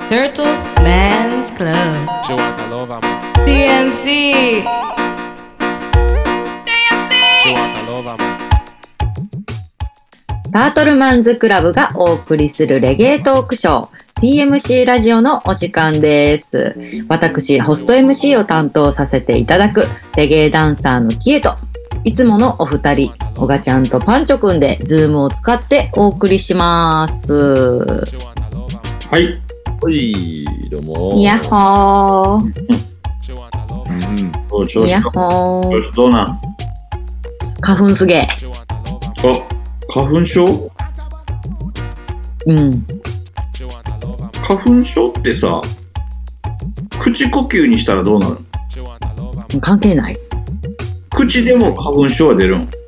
Turtle Man's Club TMC タートルマンズクラブがお送りするレゲエトークショー TMC ラジオのお時間です。私ホスト MC を担当させていただくレゲエダンサーのキエといつものお二人オガちゃんとパンチョくんでズームを使ってお送りします。 はい。 はい、どうも。 やっほー。 調子やっほー。 調子どうなん？ 花粉すげえ。 あ、花粉症？ うん。 花粉症ってさ、口呼吸にしたらどうなる？ 関係ない。 口でも花粉症は出るん？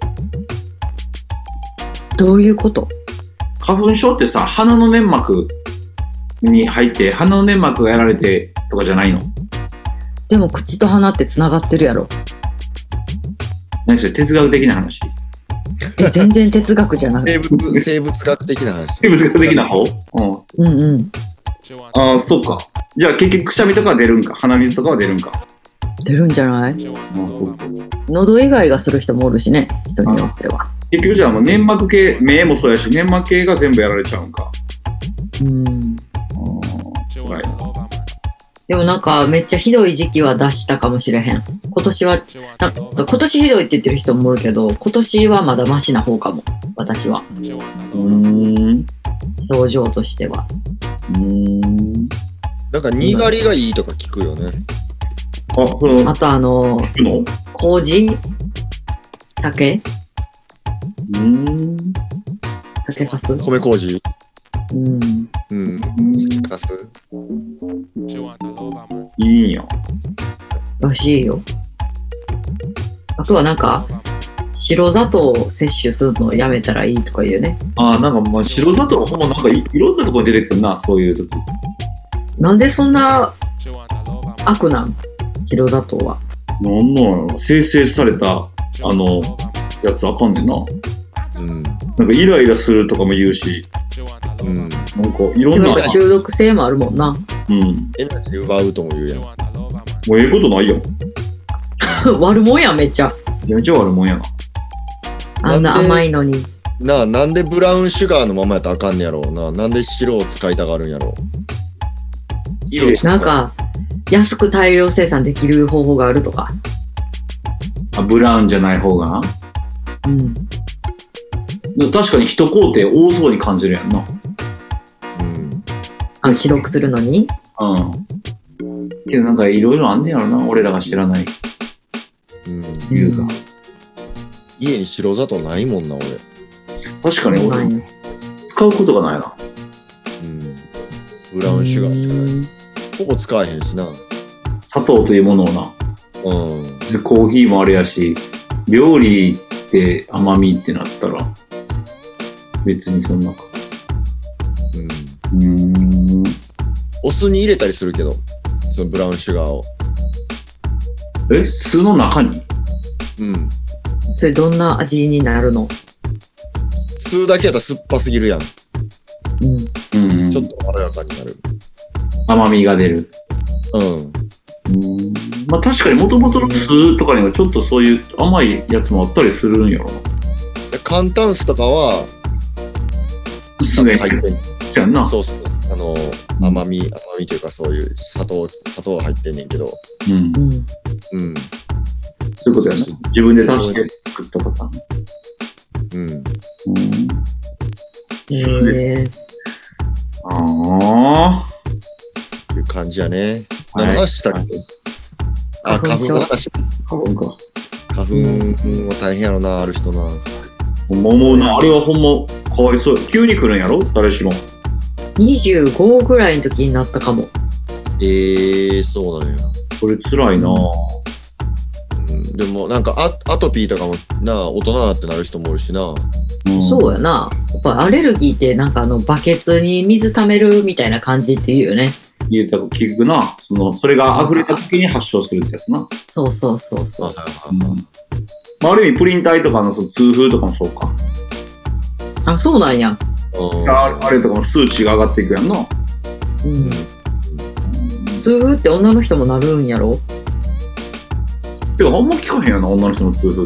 どういうこと？ 花粉症ってさ、鼻の粘膜に入って鼻の粘膜がやられてとかじゃないの？ でも口と鼻ってつながってるやろ。 何それ哲学的な話？ 全然哲学じゃない。 生物学的な話。 生物学的な方？ うんうん。 ああ、そうか。じゃあ結局くしゃみとかは出るんか、鼻水とかは出るんか。 出るんじゃない？ ああ、そうか。 喉以外がする人もおるしね、人によっては。 結局じゃあもう粘膜系、目もそうやし粘膜系が全部やられちゃうんか。辛いな。 でもなんかめっちゃひどい時期は出したかもしれへん。今年は今年ひどいって言ってる人もおるけど、今年はまだマシな方かも。私は表情としては。 なんかにがりがいいとか聞くよね。 あと麹、酒かす、 米麹、かすいいんやらしいよ。あとはなんか白砂糖を摂取するのをやめたらいいとか言うね。 ああ、なんかまあ白砂糖ほんまなんか いろんなところに出てくるな、そういう時。 なんでそんな悪なん白砂糖は。 なんなんやろ、生成されたやつあかんねんな。なんかイライラするとかも言うし、なんかいろんな中毒性もあるもんな。 エナジー奪うとも言うやん。 もうええことないやん。 悪もんやん、めっちゃ。 めっちゃ悪もんやな。 あんな甘いのに。 なんでブラウンシュガーのままやったらあかんねやろうな。なんで白を使いたがるんやろう。 なんか安く大量生産できる方法があるとか。 ブラウンじゃない方が。確かに一工程多そうに感じるやんな。 白くするのに。 けどなんかいろいろあんねやろな、俺らが知らない理由が。 家に白砂糖ないもんな、俺。 確かに俺使うことがないな。 ブラウンシュガーしかない。ほぼ使わへんしな。 砂糖というものをな。でコーヒーもあれやし、料理で甘みってなったら別にそんなか。 お酢に入れたりするけど、そのブラウンシュガーを。 酢の中に？ それどんな味になるの？ 酢だけやったら酸っぱすぎるやん。ちょっとまろやかになる。 甘みが出る。まあ確かに元々の酢とかにはちょっとそういう甘いやつもあったりするんやろな。 簡単酢とかは酢が入ってるやんな。 そうそう。甘みというかそういう砂糖入ってんねんけど。 そういうことやな。自分で足して作ったパターン。 いう感じやね。何の話したっけ？花粉の話。花粉も大変やろな、ある人な。 思うな、あれはほんまかわいそう。急に来るんやろ、誰しも。 25ぐらいの時になったかも。 そうなんや。 これ辛いな。 でもなんかアトピーとかもな、大人だってなる人もおるしな。 そうやな。やっぱアレルギーってなんかバケツに水溜めるみたいな感じって言うよね。 言うたら聞くな。それが溢れた時に発症するってやつな。 そう。 ある意味プリン体とかの痛風とかもそうか。 あ、そうなんや。 あれとかも数値が上がっていくやんな。 痛風って女の人もなるんやろ？ てかあんま聞かへんよな、女の人の痛風って。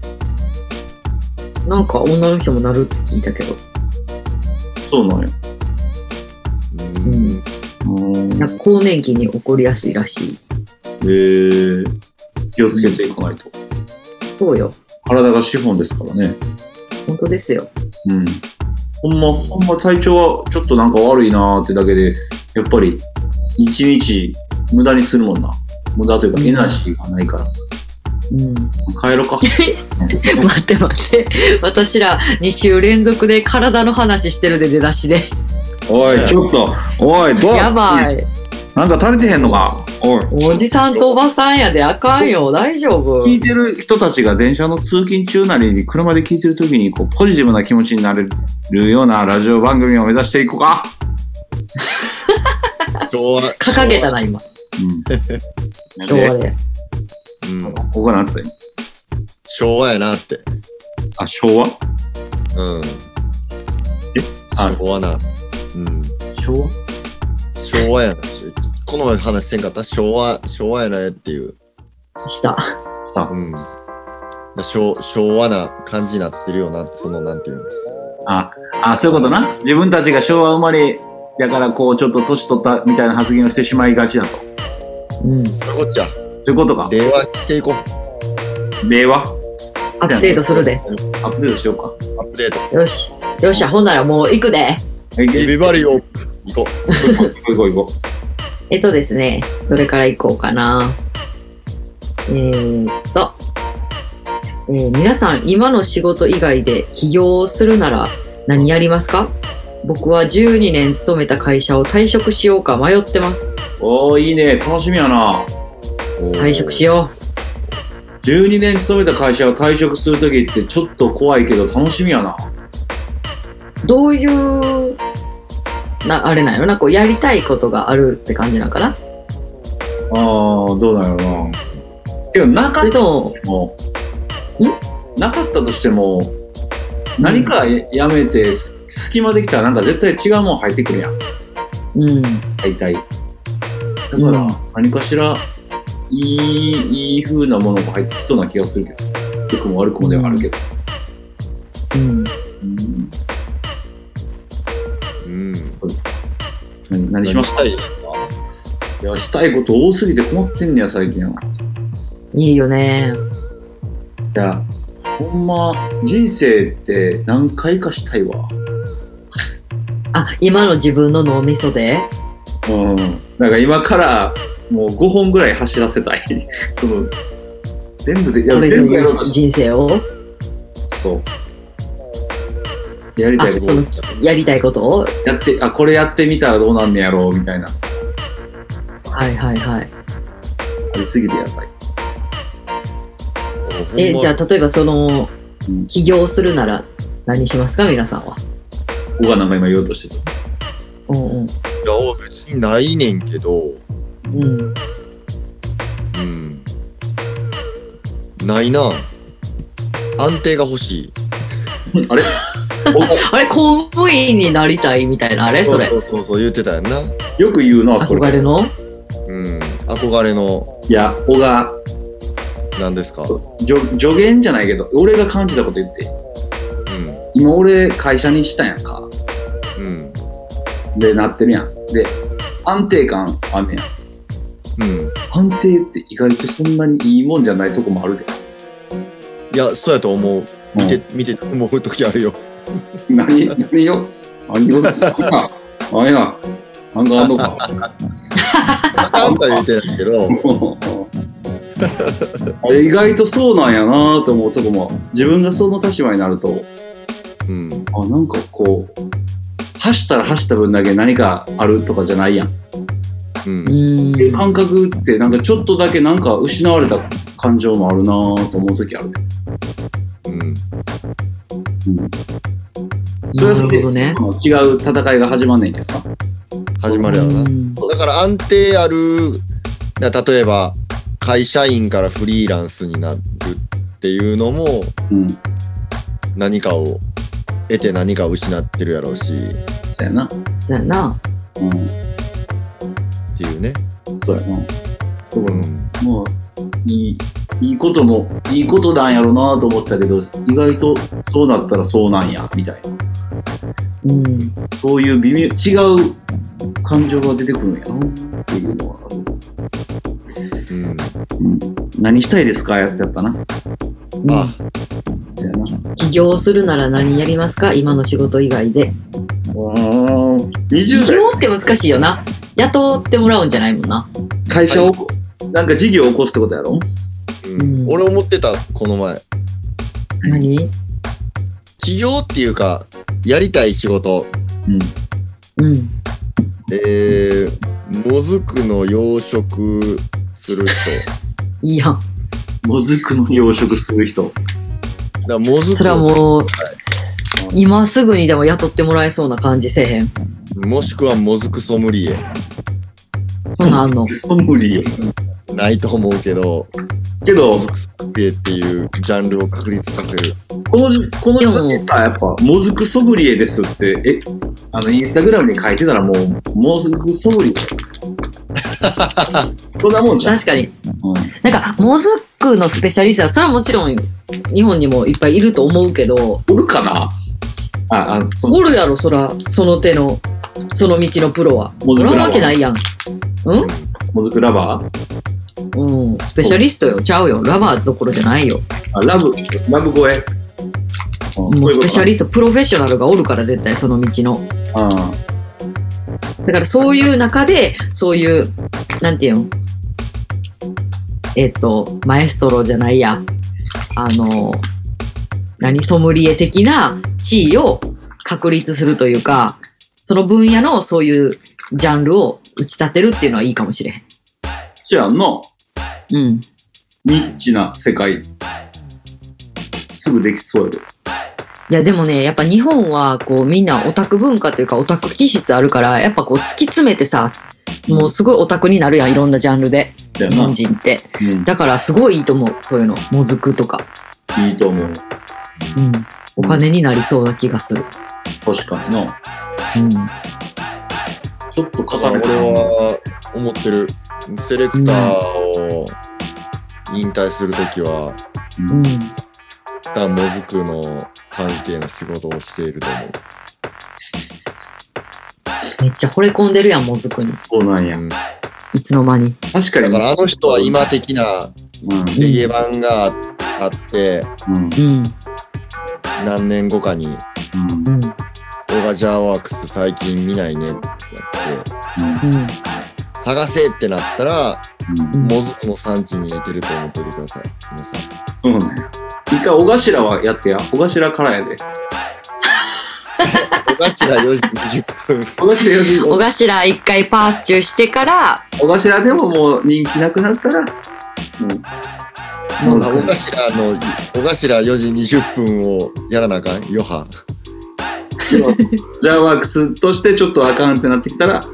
なんか女の人もなるって聞いたけど。 そうなんや。 なんか更年期に起こりやすいらしい。 気をつけていかないと。 そうよ。 体が資本ですからね。 本当ですよ。 ほんま体調はちょっとなんか悪いなーってだけで、やっぱり一日無駄にするもんな。無駄というかエナジーがないから。帰ろうか。 待って待って。私ら2週連続で体の話してるで、出だしで。 おい、ちょっと。おい、どうやばい。 なんか足りてへんのか？ おじさんとおばさんやで、あかんよ。大丈夫？ 聞いてる人たちが電車の通勤中なりに車で聞いてるときにこうポジティブな気持ちになれるようなラジオ番組を目指していこうか。 掲げたな、今。昭和で。 ここがなんつった今。 昭和やなって。 あ、昭和？ 昭和な。 昭和？ 昭和やな。この前話せんかった？昭和やなっていう。 した。 昭和な感じになってるよな、そのなんていうの。 そういうことな。自分たちが昭和生まれやからこうちょっと年取ったみたいな発言をしてしまいがちだと。 そういうことじゃ。 そういうことか。 令和していこう。令和？ アップデートするで。 アップデートしようか。 アップデート。 よし。よっしゃ、ほんならもう行くで。 エビバリを行こう。 行こう。 ですね、どれから行こうかな。皆さん、今の仕事以外で起業をするなら何やりますか？僕は12年勤めた会社を退職しようか迷ってます。 おー、いいね。楽しみやな。 退職しよう。12年勤めた会社を退職するときってちょっと怖いけど楽しみやな。 どういうあれなんやろな、こうやりたいことがあるって感じなんかな。 どうなんやろな。けどなかったとしても、なかったとしても何かやめて隙間できたらなんか絶対違うもん入ってくるやん。大体。だから何かしらいい風なものが入ってきそうな気がするけど、良くも悪くもではあるけど。そうですか。何しますか？いや、したいこと多すぎて困ってんねや最近は。 いいよね。 いや、ほんま人生って何回かしたいわ。 今の自分の脳みそで。 なんか今からもう5本ぐらい走らせたい。その全部でやるという人生を。 そう。やりたいこと。 やりたいことをやってこれやってみたらどうなんねやろうみたいな。 はいはいはい。 ありすぎてやばい。じゃあ例えば起業するなら何しますか、皆さんは。 僕がなんか今言おうとしてた。 いや、別にないねんけど。ないな。安定が欲しい。 あれあれ、公務員になりたいみたいな、あれそれ。 そう言ってたやんな。 よく言うな、それ。 憧れの？ 憧れの。 いや、小が。 何ですか？ 助言じゃないけど、俺が感じたこと言って。今俺会社にしたやんか。で、なってるやん。で、安定感あんねや。安定って意外とそんなにいいもんじゃないとこもあるで。 いや、そうやと思う。見て思う時あるよ。 何よ何をあれな、なんかあんのか。 あんた言うてないけど。 意外とそうなんやなと思うとこも、自分がその立場になると、なんかこう走ったら走った分だけ何かあるとかじゃないやん。っていう感覚ってなんかちょっとだけなんか失われた感情もあるなと思う時あるね。それはそれで、違う戦いが始まんねんけどな。 始まるやろな。だから安定ある、例えば会社員からフリーランスになるっていうのも、何かを得て何かを失ってるやろうし。 そうやな。 そうやな。 っていうね。 そうやな。だからまあいいことなんやろなと思ったけど、意外とそうなったらそうなんやみたいな。そういう微妙違う感情が出てくるんやなっていうのはある。何したいですかやったな。そうやな。 起業するなら何やりますか今の仕事以外で。起業って難しいよな。雇ってもらうんじゃないもんな。 会社を、なんか事業を起こすってことやろ。 俺思ってたこの前。 何？ 起業っていうかやりたい仕事。もずくの養殖する人。 いいやん。 もずくの養殖する人。 それはもう、今すぐにでも雇ってもらえそうな感じせえへん。 もしくはもずくソムリエ。 そんなんあんの？ ソムリエないと思うけど、もずくソムリエっていうジャンルを確立させる。 この人やっぱもずくソムリエですってインスタグラムに書いてたらもうもずくソムリエそんなもんじゃん。 確かに、なんかもずくのスペシャリストはそれはもちろん日本にもいっぱいいると思うけど、 おるかな。 おるやろ、そらその手のその道のプロは。おらんわけないやん。 もずくラバー？ スペシャリストよ。ちゃうよ。ラバーどころじゃないよ。 ラブ声。 もうスペシャリスト、プロフェッショナルがおるから絶対その道の。だからそういう中でそういうなんていうの、マエストロじゃないや、ソムリエ的な地位を確立するというか、その分野のそういうジャンルを打ち立てるっていうのはいいかもしれへん。 じゃあのニッチな世界すぐできそうやで。 いやでもね、やっぱ日本はこうみんなオタク文化というかオタク気質あるから、やっぱこう突き詰めてさ、もうすごいオタクになるやん、いろんなジャンルで日本人って、だからすごいいいと思う。そういうのもずくとかいいと思う。 お金になりそうな気がする。 確かにな。ちょっと固めて。 俺は思ってる。セレクターを引退するときは、もずくの関係の仕事をしていると思う。 めっちゃ惚れ込んでるやん、もずくに。 そうなんや。 いつの間に。 確かに。 だからあの人は今的なレゲエ版があって、何年後かに、オガジャーワークス最近見ないねってやって、探せってなったら、もずくの産地に行けると思っててください、皆さん。 一回小頭はやってや。小頭からやで。 小頭4時20分。 小頭一回パースチューしてから、 小頭でももう人気なくなったら、 小頭4時20分をやらなあかん、余波。 ジャーワークスとしてちょっとあかんってなってきたら、そう。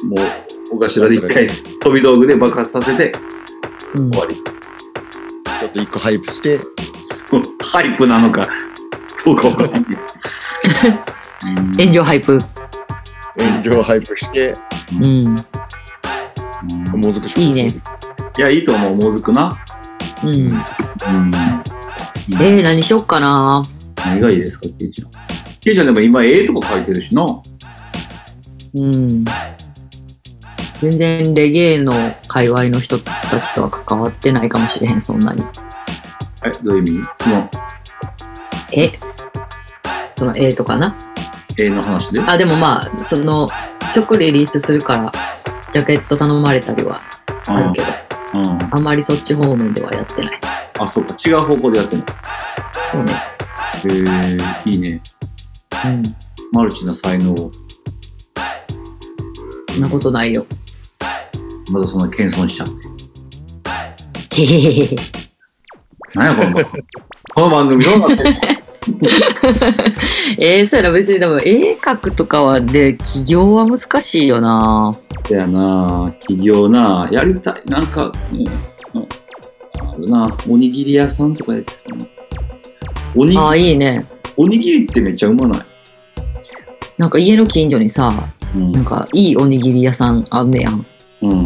もう、小頭で一回飛び道具で爆発させて、終わり。 ちょっと一個ハイプして。 そう、ハイプなのか、どうかわからないけど。 炎上ハイプ。 炎上ハイプして。もずくいいね。 いや、いいと思う、もずくな。 何しよっかな。 何がいいですか、ケイちゃん。ケイちゃんでも今絵とか描いてるしな。 全然レゲエの界隈の人たちとは関わってないかもしれへん、そんなに。 どういう意味？ その絵とかな。 絵の話で？ でもまあ、その曲リリースするからジャケット頼まれたりはあるけど、あんまりそっち方面ではやってない。 そうか、違う方向でやってんの。 そうね。 いいね。マルチな才能を。 そんなことないよ。 まだそんな謙遜しちゃって。 へへへ。 何やこの番組どうなってんの？ そうやな、別にでも絵描くとかはで起業は難しいよな。 そうやな、起業な、やりたい、なんか、あるな、おにぎり屋さんとかやってるな。 いいね。 おにぎりってめっちゃうまない？ なんか家の近所にさ、なんかいいおにぎり屋さんあんねやん。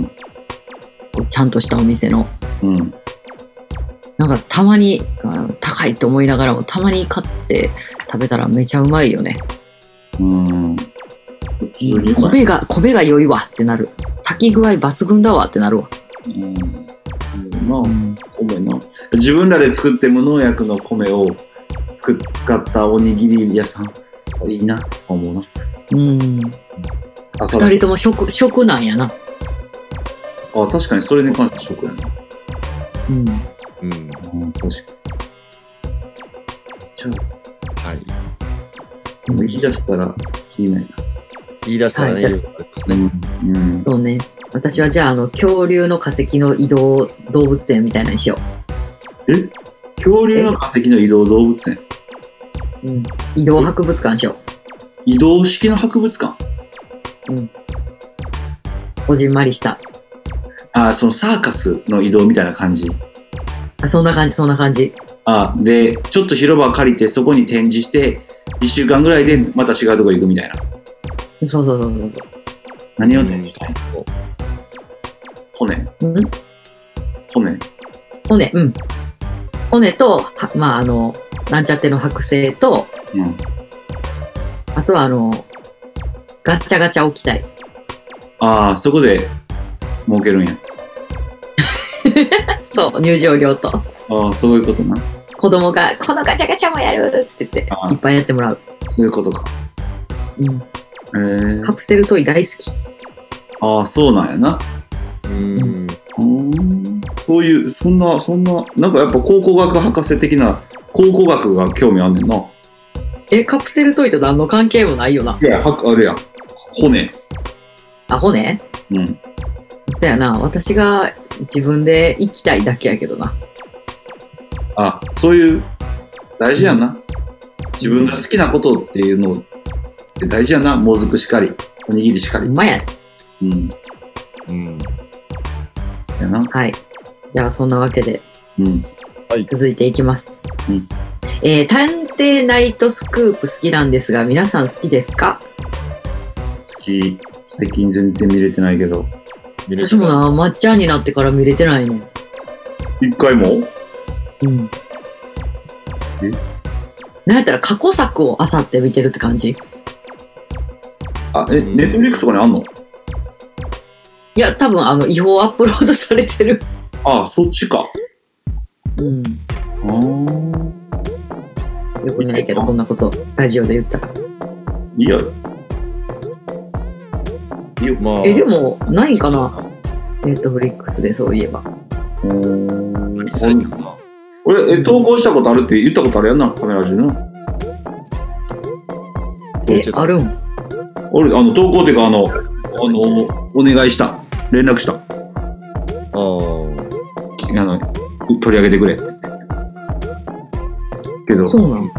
ちゃんとしたお店の。 うん。 なんかたまに高いと思いながらもたまに買って食べたらめちゃうまいよね。米が良いわってなる。炊き具合抜群だわってなるわ。 米な。自分らで作って無農薬の米を使ったおにぎり屋さんいいなと思うな。 2人とも食なんやな。 あ、確かにそれに関して食やな。確かに。じゃあ、はい。言い出したら言いないな。 言い出したらね、よくありますね。 そうね。私はじゃあ恐竜の化石の移動動物園みたいなにしよう。恐竜の化石の移動動物園。 移動博物館しよう。 移動式の博物館。 こじんまりした。 そのサーカスの移動みたいな感じ。 そんな感じ。 でちょっと広場借りてそこに展示して1週間ぐらいでまた違うとこ行くみたいな。そう。何を展示したいの？骨となんちゃっての剥製と、あとはガチャガチャ置きたい。 そこで儲けるんや。 そう、入場料と。 そういうことな。 子供がこのガチャガチャもやるって言っていっぱいやってもらう。 そういうことか。 カプセルトイ大好き。 そうなんやな。そういうそんななんかやっぱ考古学博士的な考古学が興味あんねんな。 カプセルトイと何の関係もないよな。 いや、あれや、骨。 骨？そうやな、私が自分で行きたいだけやけどな。 そういう大事やな。自分が好きなことっていうのって大事やな。もずくしかり、おにぎりしかり。 うまやね。 やな。 はい。じゃあそんなわけで、続いていきます。探偵ナイトスクープ好きなんですが、皆さん好きですか？ 好き。最近全然見れてないけど。 私もな、まっちゃんになってから見れてないね。 一回も？ なんやったら過去作を漁って見てるって感じ。 ネットフリックスとかにあんの？ いや、多分違法アップロードされてる。 そっちか。 よくないけど、こんなことラジオで言ったら。 いいやろ。 でもないかな、ネットフリックスで。そういえば俺投稿したことあるって言ったことあるやんな、カメラ中の。 あるん？ 俺投稿っていうかお願いした、連絡した。取り上げてくれって言って。けどそうなの？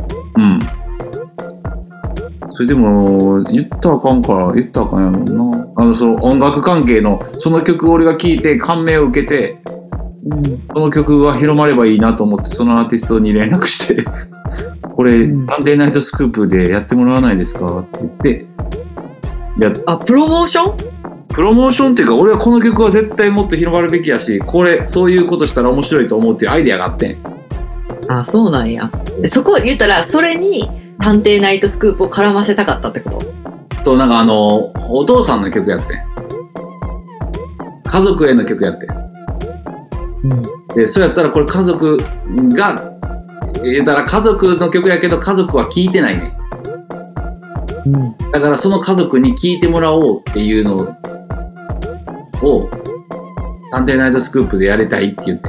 それでも言ったらあかんやろな。その音楽関係のその曲を俺が聴いて感銘を受けて、この曲が広まればいいなと思ってそのアーティストに連絡してこれ、探偵ナイトスクープでやってもらわないですかって言ってプロモーションっていうか、俺はこの曲は絶対もっと広まるべきやし、そういうことしたら面白いと思うっていうアイデアがあってん。 そうなんや。そこ言ったらそれに探偵ナイトスクープを絡ませたかったってこと？ そう、なんかお父さんの曲やってん。家族への曲やってん。で、そうやったらこれ家族が言ったら家族の曲やけど家族は聴いてないね。だからその家族に聴いてもらおうっていうのを探偵ナイトスクープでやりたいって言って。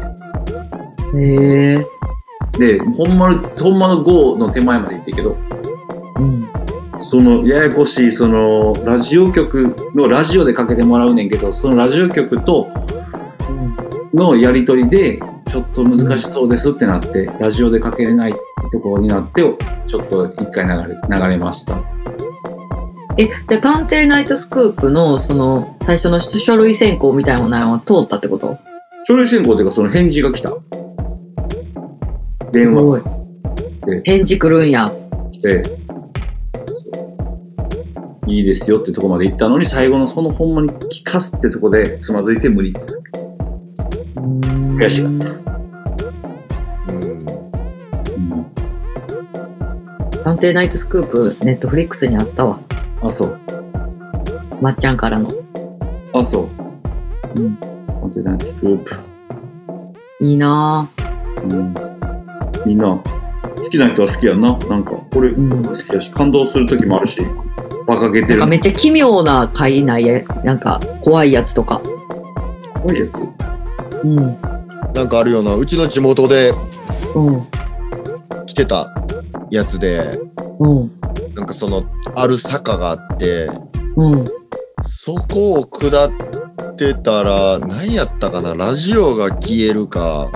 で、ほんまの GO の手前まで行ってるけど、そのややこしいそのラジオ局のラジオでかけてもらうねんけど、そのラジオ局とのやり取りでちょっと難しそうですってなって、ラジオでかけれないってところになってちょっと一回流れました。 じゃあ探偵ナイトスクープのその最初の書類選考みたいなのは通ったってこと？ 書類選考っていうかその返事が来た。電話。 すごい。返事来るんや。 来て、いいですよってとこまで行ったのに、最後のそのほんまに聞かすってとこでつまずいて無理。 悔しかった。 探偵ナイトスクープ、ネットフリックスにあったわ。 あ、そう。 まっちゃんからの。 あ、そう。探偵ナイトスクープ。 いいなみんな、好きな人は好きやな。なんか、俺、好きだし、感動する時もあるし、馬鹿げてる。 なんかめっちゃ奇妙な回ないなんか、怖いやつとか。 怖いやつ？ なんかあるよな。うちの地元で、来てたやつで、なんかその、ある坂があって、そこを下ってたら、何やったかな、ラジオが消えるか、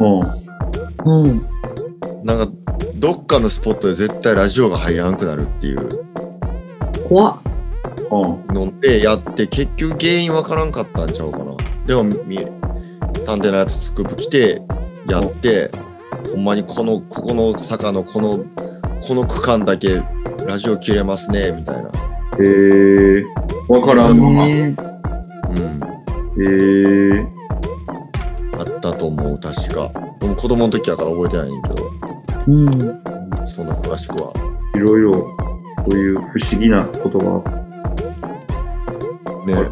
なんか、どっかのスポットで絶対ラジオが入らんくなるっていう。 怖っ。 のでやって、結局原因わからんかったんちゃうかな。でも、探偵のやつスクープ来て、やって、ほんまにここの坂のこの区間だけラジオ切れますね、みたいな。 わからんのか。 あったと思う、確か。僕子供の時やから覚えてないんだけど。そんな詳しくは。 いろいろ、こういう不思議なことが。 ね。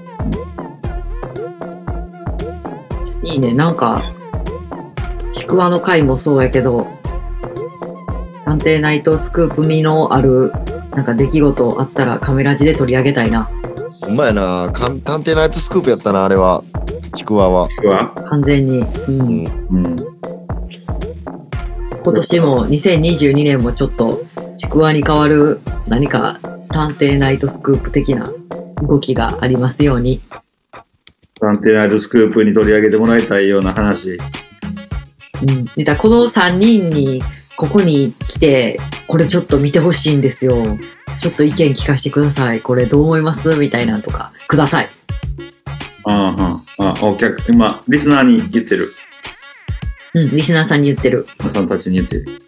いいね、なんか、ちくわの回もそうやけど、探偵ナイトスクープ味のある、なんか出来事あったらカメラ字で取り上げたいな。 ほんまやな。探偵ナイトスクープやったな、あれは。ちくわは。 完全に。今年も2022年もちょっとちくわに代わる何か探偵ナイトスクープ的な動きがありますように。 探偵ナイトスクープに取り上げてもらいたいような話。 この3人にここに来てこれちょっと見てほしいんですよ。ちょっと意見聞かせてください。これどう思いますみたいなのとかください。 今リスナーに言ってる。 リスナーさんに言ってる。 さんたちに言ってる。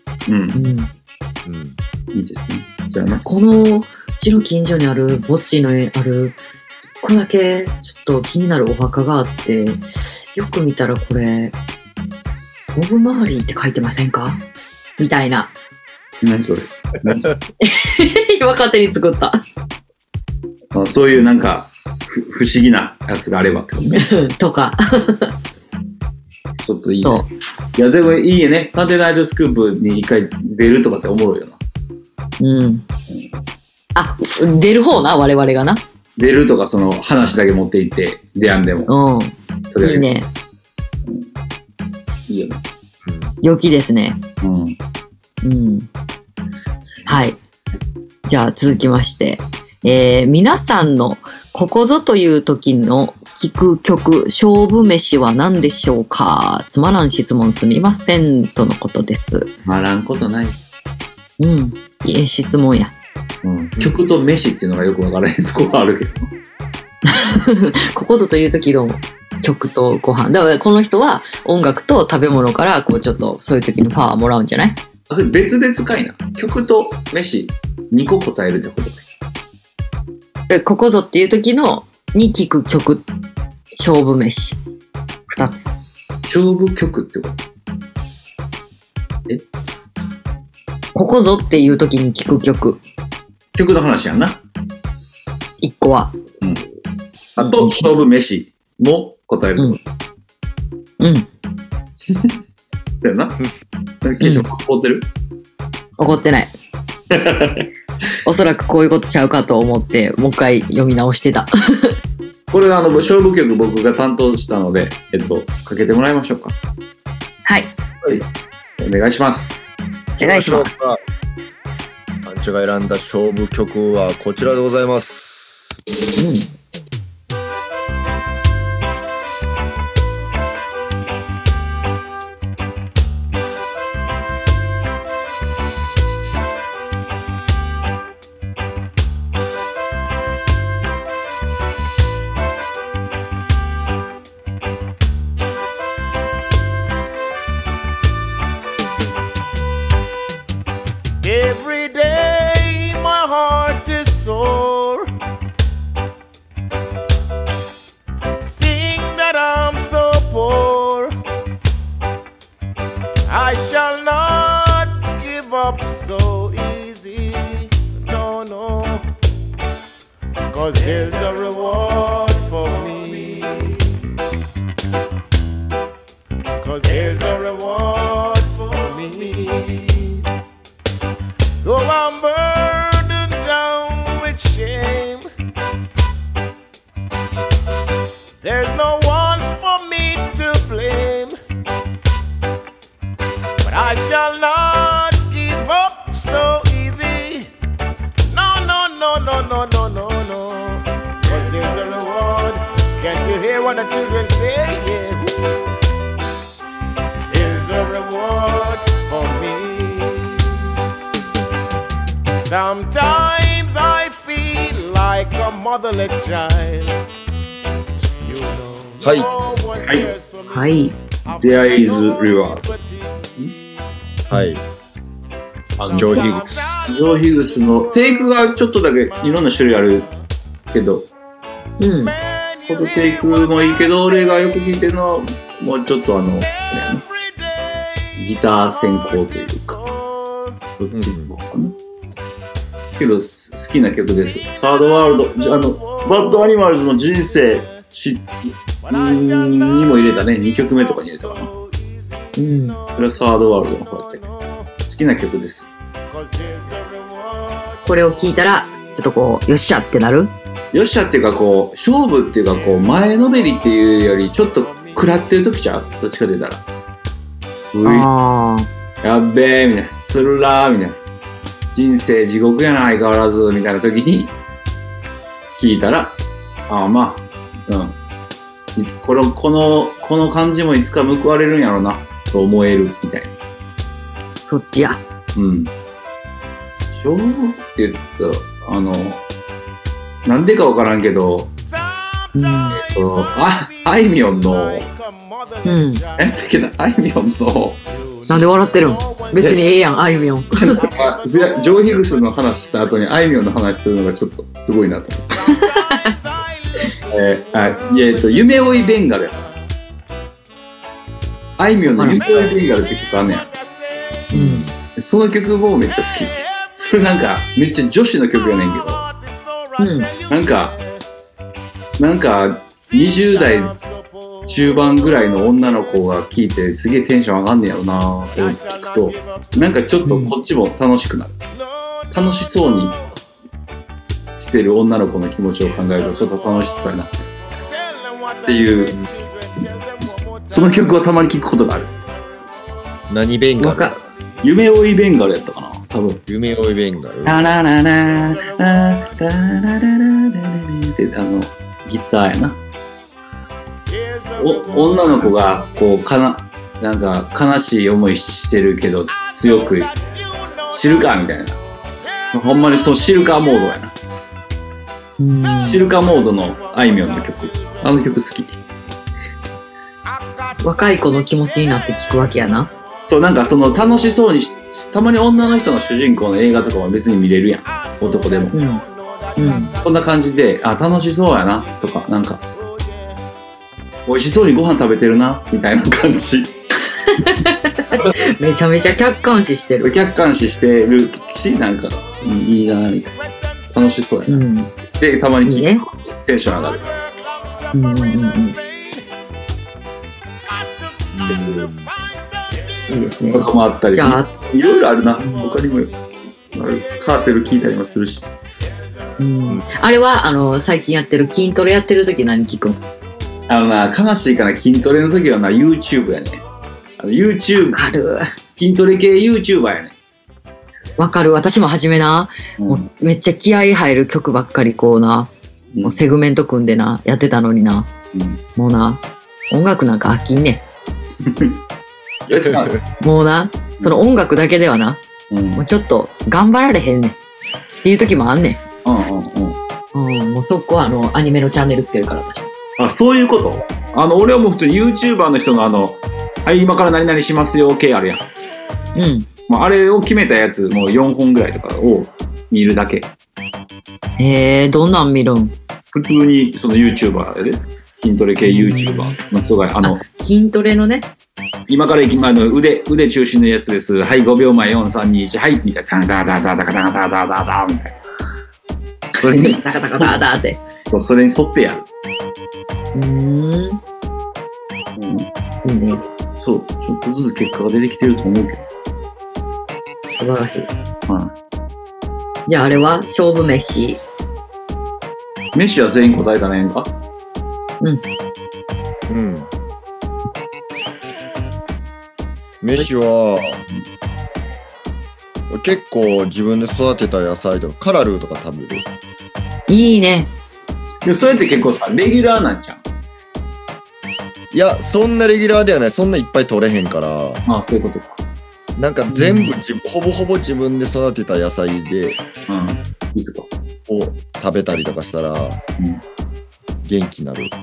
いいですね。じゃあね。 このうちの近所にある墓地のある一個だけちょっと気になるお墓があって、よく見たらこれボブ・マーリーって書いてませんかみたいな。 何それ？ 今勝手に作った。 そういうなんか不思議なやつがあればってことね。 とか。 ちょっといいです。いやでもいいよね。探偵ナイトスクープに一回出るとかって思うよな。 出る方な、我々がな。 出るとかその話だけ持っていって出やんでも。 いいね。 いいよね。 良きですね。はい。じゃあ続きまして、皆さんのここぞという時の聴く曲、勝負飯は何でしょうか？つまらん質問すみませんとのことです。 つまらんことない。 いい質問や。 曲と飯っていうのがよくわからへんとこがあるけど。 ここぞという時の曲とご飯。だからこの人は音楽と食べ物からこうちょっとそういう時のパワーもらうんじゃない？ それ別々かいな。曲と飯2個答えるってことか。ここぞっていう時のに聴く曲、勝負飯2つ。 勝負曲ってこと？ ここぞっていう時に聴く曲。 曲の話やんな。 1個は。 あと勝負飯も答えるってこと。だよな。ケイション怒ってる？ 怒ってない。おそらくこういうことちゃうかと思ってもう一回読み直してた。 これ勝負曲僕が担当したのでかけてもらいましょうか。 はい。 お願いします。 お願いします。 パンチが選んだ勝負曲はこちらでございます。 Every day my heart is sore so easy. No, no. 'Cause there's a reward for me. 'Cause there's a reward for me. Though I'm burdened down with shame, there's no one for me to blame. But I shall not give up so easy. No, no, no, no, no, no, no, no. 'Cause there's a reward. Can't you hear what the children say? Yeah. There's a reward for me. Sometimes I feel like a motherless child. You know, はい no one cares for me. はい。 There is reward。 はい。ジョー・ヒグス。 ジョー・ヒグスのテイクがちょっとだけいろんな種類あるけど、 うん。 このテイクもいいけど、俺がよく聞いてるのはもうちょっとギター先行というか、そっちのかな。けど好きな曲です。サードワールド、バッドアニマルズの人生にも入れたね、2曲目とかに入れたかな。 うん。 それはサードワールドの方やって好きな曲です。 これを聞いたら、ちょっとこう、よっしゃってなる？ よっしゃっていうかこう、勝負っていうかこう、前のめりっていうよりちょっと食らってる時ちゃう？どっちかと言ったら。 ああ。 やっべーみたいな、つるらーみたいな。人生地獄やな相変わらずみたいな時に聞いたら、ああまあ、うん、この感じもいつか報われるんやろうなと思えるみたいな。 そっちや。 うん。勝負って言ったらなんでかわからんけど、あいみょんの、 うん。 あいみょんの。 なんで笑ってるん？別にええやん、あいみょん。 ジョー・ヒグスの話した後にあいみょんの話するのがちょっとすごいなと思って。夢追いベンガルやから。あいみょんの夢追いベンガルって曲あんねや。 うん。 その曲もめっちゃ好き。それなんかめっちゃ女子の曲やねんけど。 うん。 なんか20代中盤ぐらいの女の子が聴いてすげえテンション上がんねやろなーって聞くと、なんかちょっとこっちも楽しくなる、楽しそうにしてる女の子の気持ちを考えるとちょっと楽しそうやなっていう、その曲をたまに聴くことがある。 何ベンガル？ 夢追いベンガルやったかな多分。 夢追いベンガル。 ラララララララララってギターやな。女の子がこうなんか悲しい思いしてるけど強く知るかみたいな、ほんまにその知るかモードやな。知るかモードのあいみょんの曲、あの曲好き。 若い子の気持ちになって聞くわけやな。 そう、なんかその楽しそうにたまに女の人の主人公の映画とかは別に見れるやん、男でも。うん。こんな感じで、あ、楽しそうやなとか、なんか美味しそうにご飯食べてるなみたいな感じ。 めちゃめちゃ客観視してる。 客観視してるし、なんかいいなみたいな、楽しそうやな、でたまに聞いてテンション上がる。いいですね。とかもあったり、いろいろあるな。他にもある。カーテル聞いたりもするし。 あれは最近やってる筋トレやってる時何聞くん？ 悲しいかな、筋トレの時はな、YouTube やね。YouTube。 わかる。 筋トレ系 YouTuber やね。 わかる。私も初めな、もうめっちゃ気合い入る曲ばっかりこうな、もうセグメント組んでな、やってたのにな。もうな、音楽なんか飽きんねん。もうな、その音楽だけではな、もうちょっと頑張られへんねんっていう時もあんねん。もうそこはアニメのチャンネルつけるから私も。 あ、そういうこと？俺はもう普通に YouTuber の人のはい、今から何々しますよ系あるやん。あれを決めたやつ、もう4本ぐらいとかを見るだけ。 どんなん見るん？ 普通にその YouTuber で。 筋トレ系 YouTuber の人が、 筋トレのね。 今から腕中心のやつです。はい、5秒前、4、3、2、1、はい、みたいな。ダダダダダダダダダダみたいな。それに、 ダカダカダダって。 そう、それに沿ってやる。 いいね。 そう、ちょっとずつ結果が出てきてると思うけど。 素晴らしい。じゃああれは勝負飯。 飯は全員答えたねんか？ 飯は、結構自分で育てた野菜とか、カラルーとか食べる。 いいね。 でそれって結構さ、レギュラーなんじゃん。 いや、そんなレギュラーではない。そんないっぱい取れへんから。 ああ、そういうことか。 なんか全部、ほぼほぼ自分で育てた野菜で、 いくと。 を食べたりとかしたら、元気になる。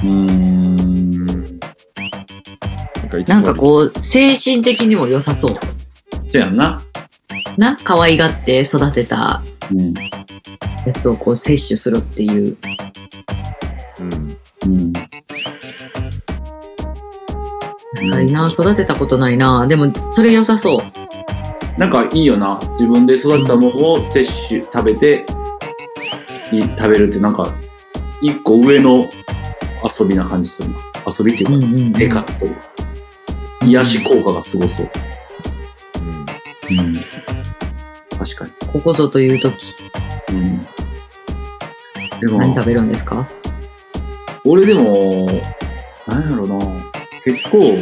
なんかこう、精神的にも良さそう。 そうやんな。 可愛がって育てたやつをこう摂取するっていう。育てたことないな。でもそれ良さそう。 なんかいいよな。自分で育てたものを食べて食べるってなんか一個上の遊びな感じするな。遊びっていうか生活というか癒し効果がすごそう。確かに。 ここぞという時。 でも何食べるんですか？ 俺でもなんやろな。結構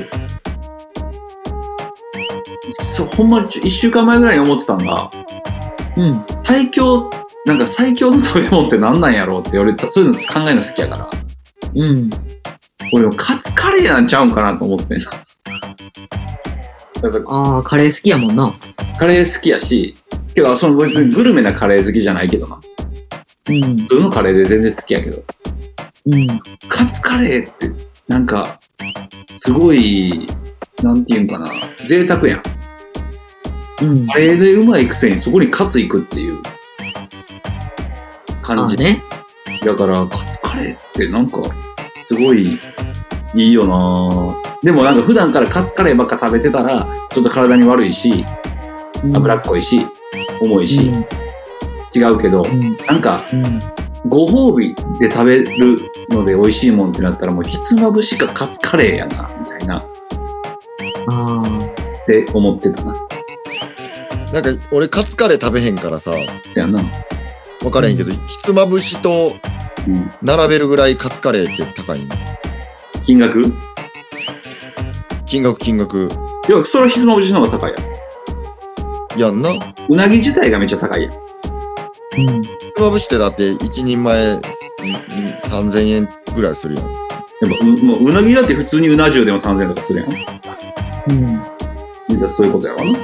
ほんまに1週間前ぐらいに思ってたんが、最強の食べ物って何なんやろうって俺そういうの考えるの好きやから、俺もカツカレーなんちゃうんかなと思ってんな。 カレー好きやもんな。 カレー好きやし、けど別にグルメなカレー好きじゃないけどな。普通のカレーで全然好きやけど、カツカレーってなんかすごいなんていうんかな、贅沢やん。カレーでうまいくせにそこにカツいくっていう感じ。だからカツカレーってなんかすごいいいよな。でもなんか普段からカツカレーばっか食べてたらちょっと体に悪いし、脂っこいし重いし、違うけど、なんか、ご褒美で食べるので美味しいもんってなったらもうひつまぶしかカツカレーやなみたいなって思ってたな。 なんか俺カツカレー食べへんからさ、 そうやな、 分からへんけど、ひつまぶしと並べるぐらいカツカレーって高いの？ 金額。 いや、それはひつまぶしの方が高いやん。 やんな。 うなぎ自体がめっちゃ高いやん。 ひつまぶしってだって1人前3000円ぐらいするやん。 やっぱもううなぎだって普通にうな重でも3000円とかするやん。そういうことやわな。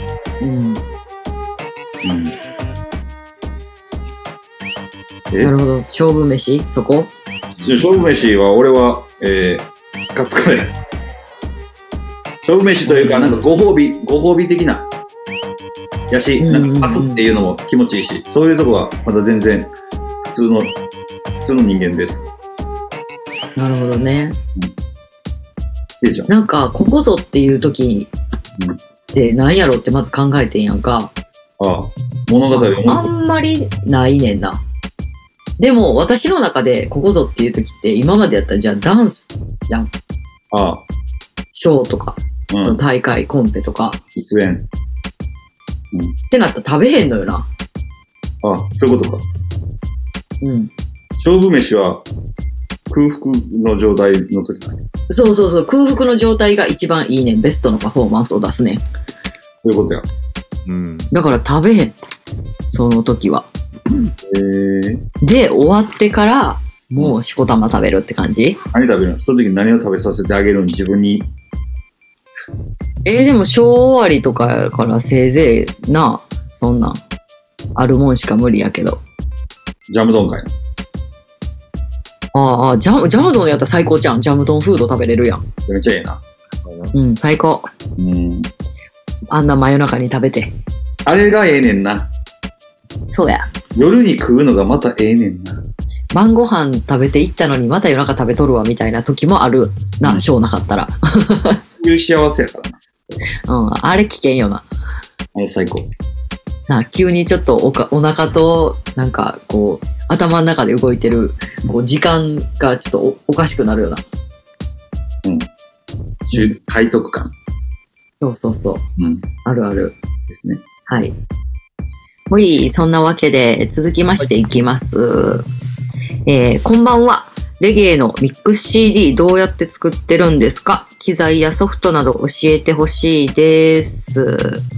なるほど。勝負飯そこ？ 勝負飯は俺は、カツカレー。勝負飯というかなんかご褒美的なやし、なんかカツっていうのも気持ちいいし、そういうとこはまた全然普通の人間です。 なるほどね。 いいじゃん。 なんかここぞっていう時って何やろってまず考えてんやんか。 物語あんまりないねんな。でも私の中でここぞっていう時って今までやったらじゃあダンスやん。ショーとか、その大会コンペとか出演、 ってなったら食べへんのよな。 そういうことか。勝負飯は空腹の状態の時だね。 そう空腹の状態が一番いいねん。ベストのパフォーマンスを出すねん。 そういうことや。 だから食べへん、その時は。で終わってからもうしこたま食べるって感じ。 何食べるの？その時何を食べさせてあげるの？自分に。 でも小終わりとかやからせいぜいな、そんなんあるもんしか無理やけど。 ジャム丼かいな。ジャム丼やったら最高じゃん。ジャム丼フード食べれるやん。 めっちゃええな。 最高。あんな真夜中に食べて。 あれがええねんな。 そうや。 夜に食うのがまたええねんな。 晩ご飯食べて行ったのにまた夜中食べとるわみたいな時もあるな、ショーなかったら。 いう幸せやからな。あれ危険よな。 あれ最高。 急にちょっとお腹となんかこう頭の中で動いてるこう時間がちょっと おかしくなるよな。 背徳感。 そうそうそう。あるあるですね。 はい。そんなわけで続きましていきます。こんばんは。レゲエのミックス CD どうやって作ってるんですか？機材やソフトなど教えてほしいです。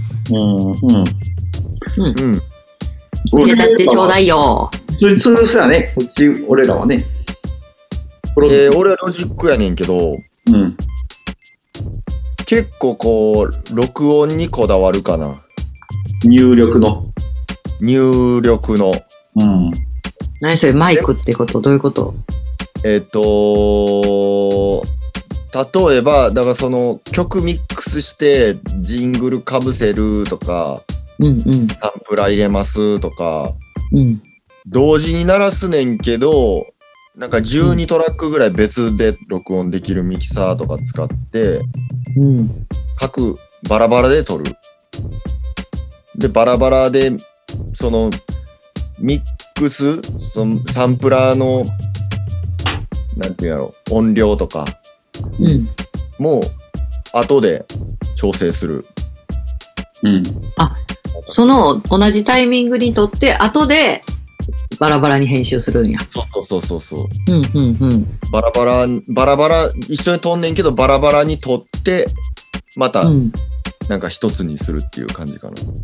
教えたってちょうだいよ。 それツールスやね。こっち俺らはね。 俺はロジックやねんけど、結構こう録音にこだわるかな。 入力の。 何それ、マイクってこと？どういうこと？ 例えばだからその曲ミックスしてジングルかぶせるとか、サンプラー入れますとか、同時に鳴らすねんけど、なんか12トラックぐらい別で録音できるミキサーとか使って、各バラバラで撮る。でバラバラでそのミックス、そのサンプラーのなんていうんやろ、音量とかもう後で調整する。 その同じタイミングに撮って後でバラバラに編集するんや。 そう。バラバラ一緒に撮んねんけどバラバラに撮ってまたなんか一つにするっていう感じかな。 じ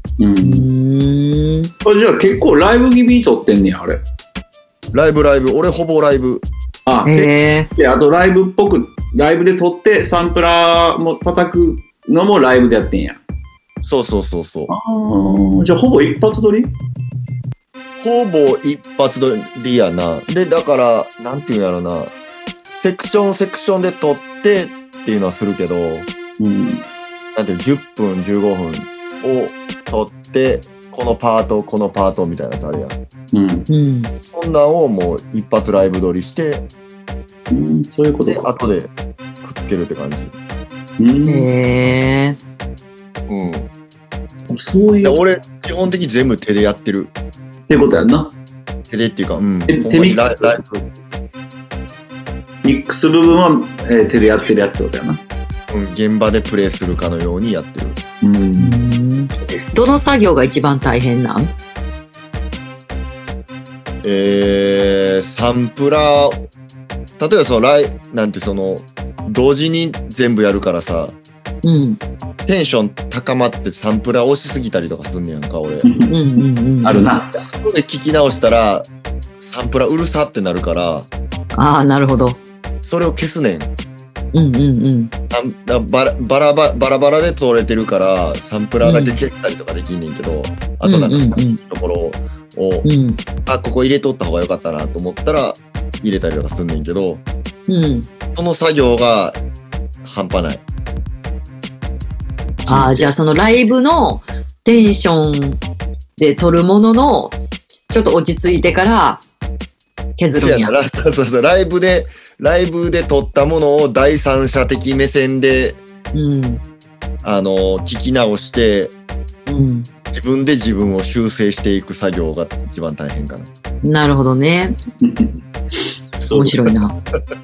ゃあ結構ライブ気味に撮ってんねや、あれ。 ライブ俺ほぼライブ。 であとライブっぽくライブで撮ってサンプラーも叩くのもライブでやってんや。 そう。 じゃあほぼ一発撮り？ ほぼ一発撮りやな。でだからなんていうんやろな、セクションで撮ってっていうのはするけど、なんていう10分15分を撮ってこのパートみたいなやつあるやん。そんなんをもう一発ライブ撮りして、 そういうことで後でくっつけるって感じ。 そういう。 俺基本的に全部手でやってるってことやんな。 手でっていうか、 手ミックス部分は、手でやってるやつってことやな。 現場でプレイするかのようにやってる。 どの作業が一番大変なん？ サンプラー、例えばそのなんてその同時に全部やるからさ、テンション高まってサンプラー押しすぎたりとかすんねやんか俺。 あるな。 後で聞き直したらサンプラーうるさってなるから。 なるほど。 それを消すねん。バラバラで撮れてるからサンプラーだけ消したりとかできんねんけど、あとなんか好きなところを、ここ入れとった方がよかったなと思ったら入れたりとかすんねんけど、その作業が半端ない。 じゃあそのライブのテンションで撮るもののちょっと落ち着いてから削るんや。 そうライブで撮ったものを第三者的目線で、聞き直して、自分で自分を修正していく作業が一番大変かな。 なるほどね。面白いな。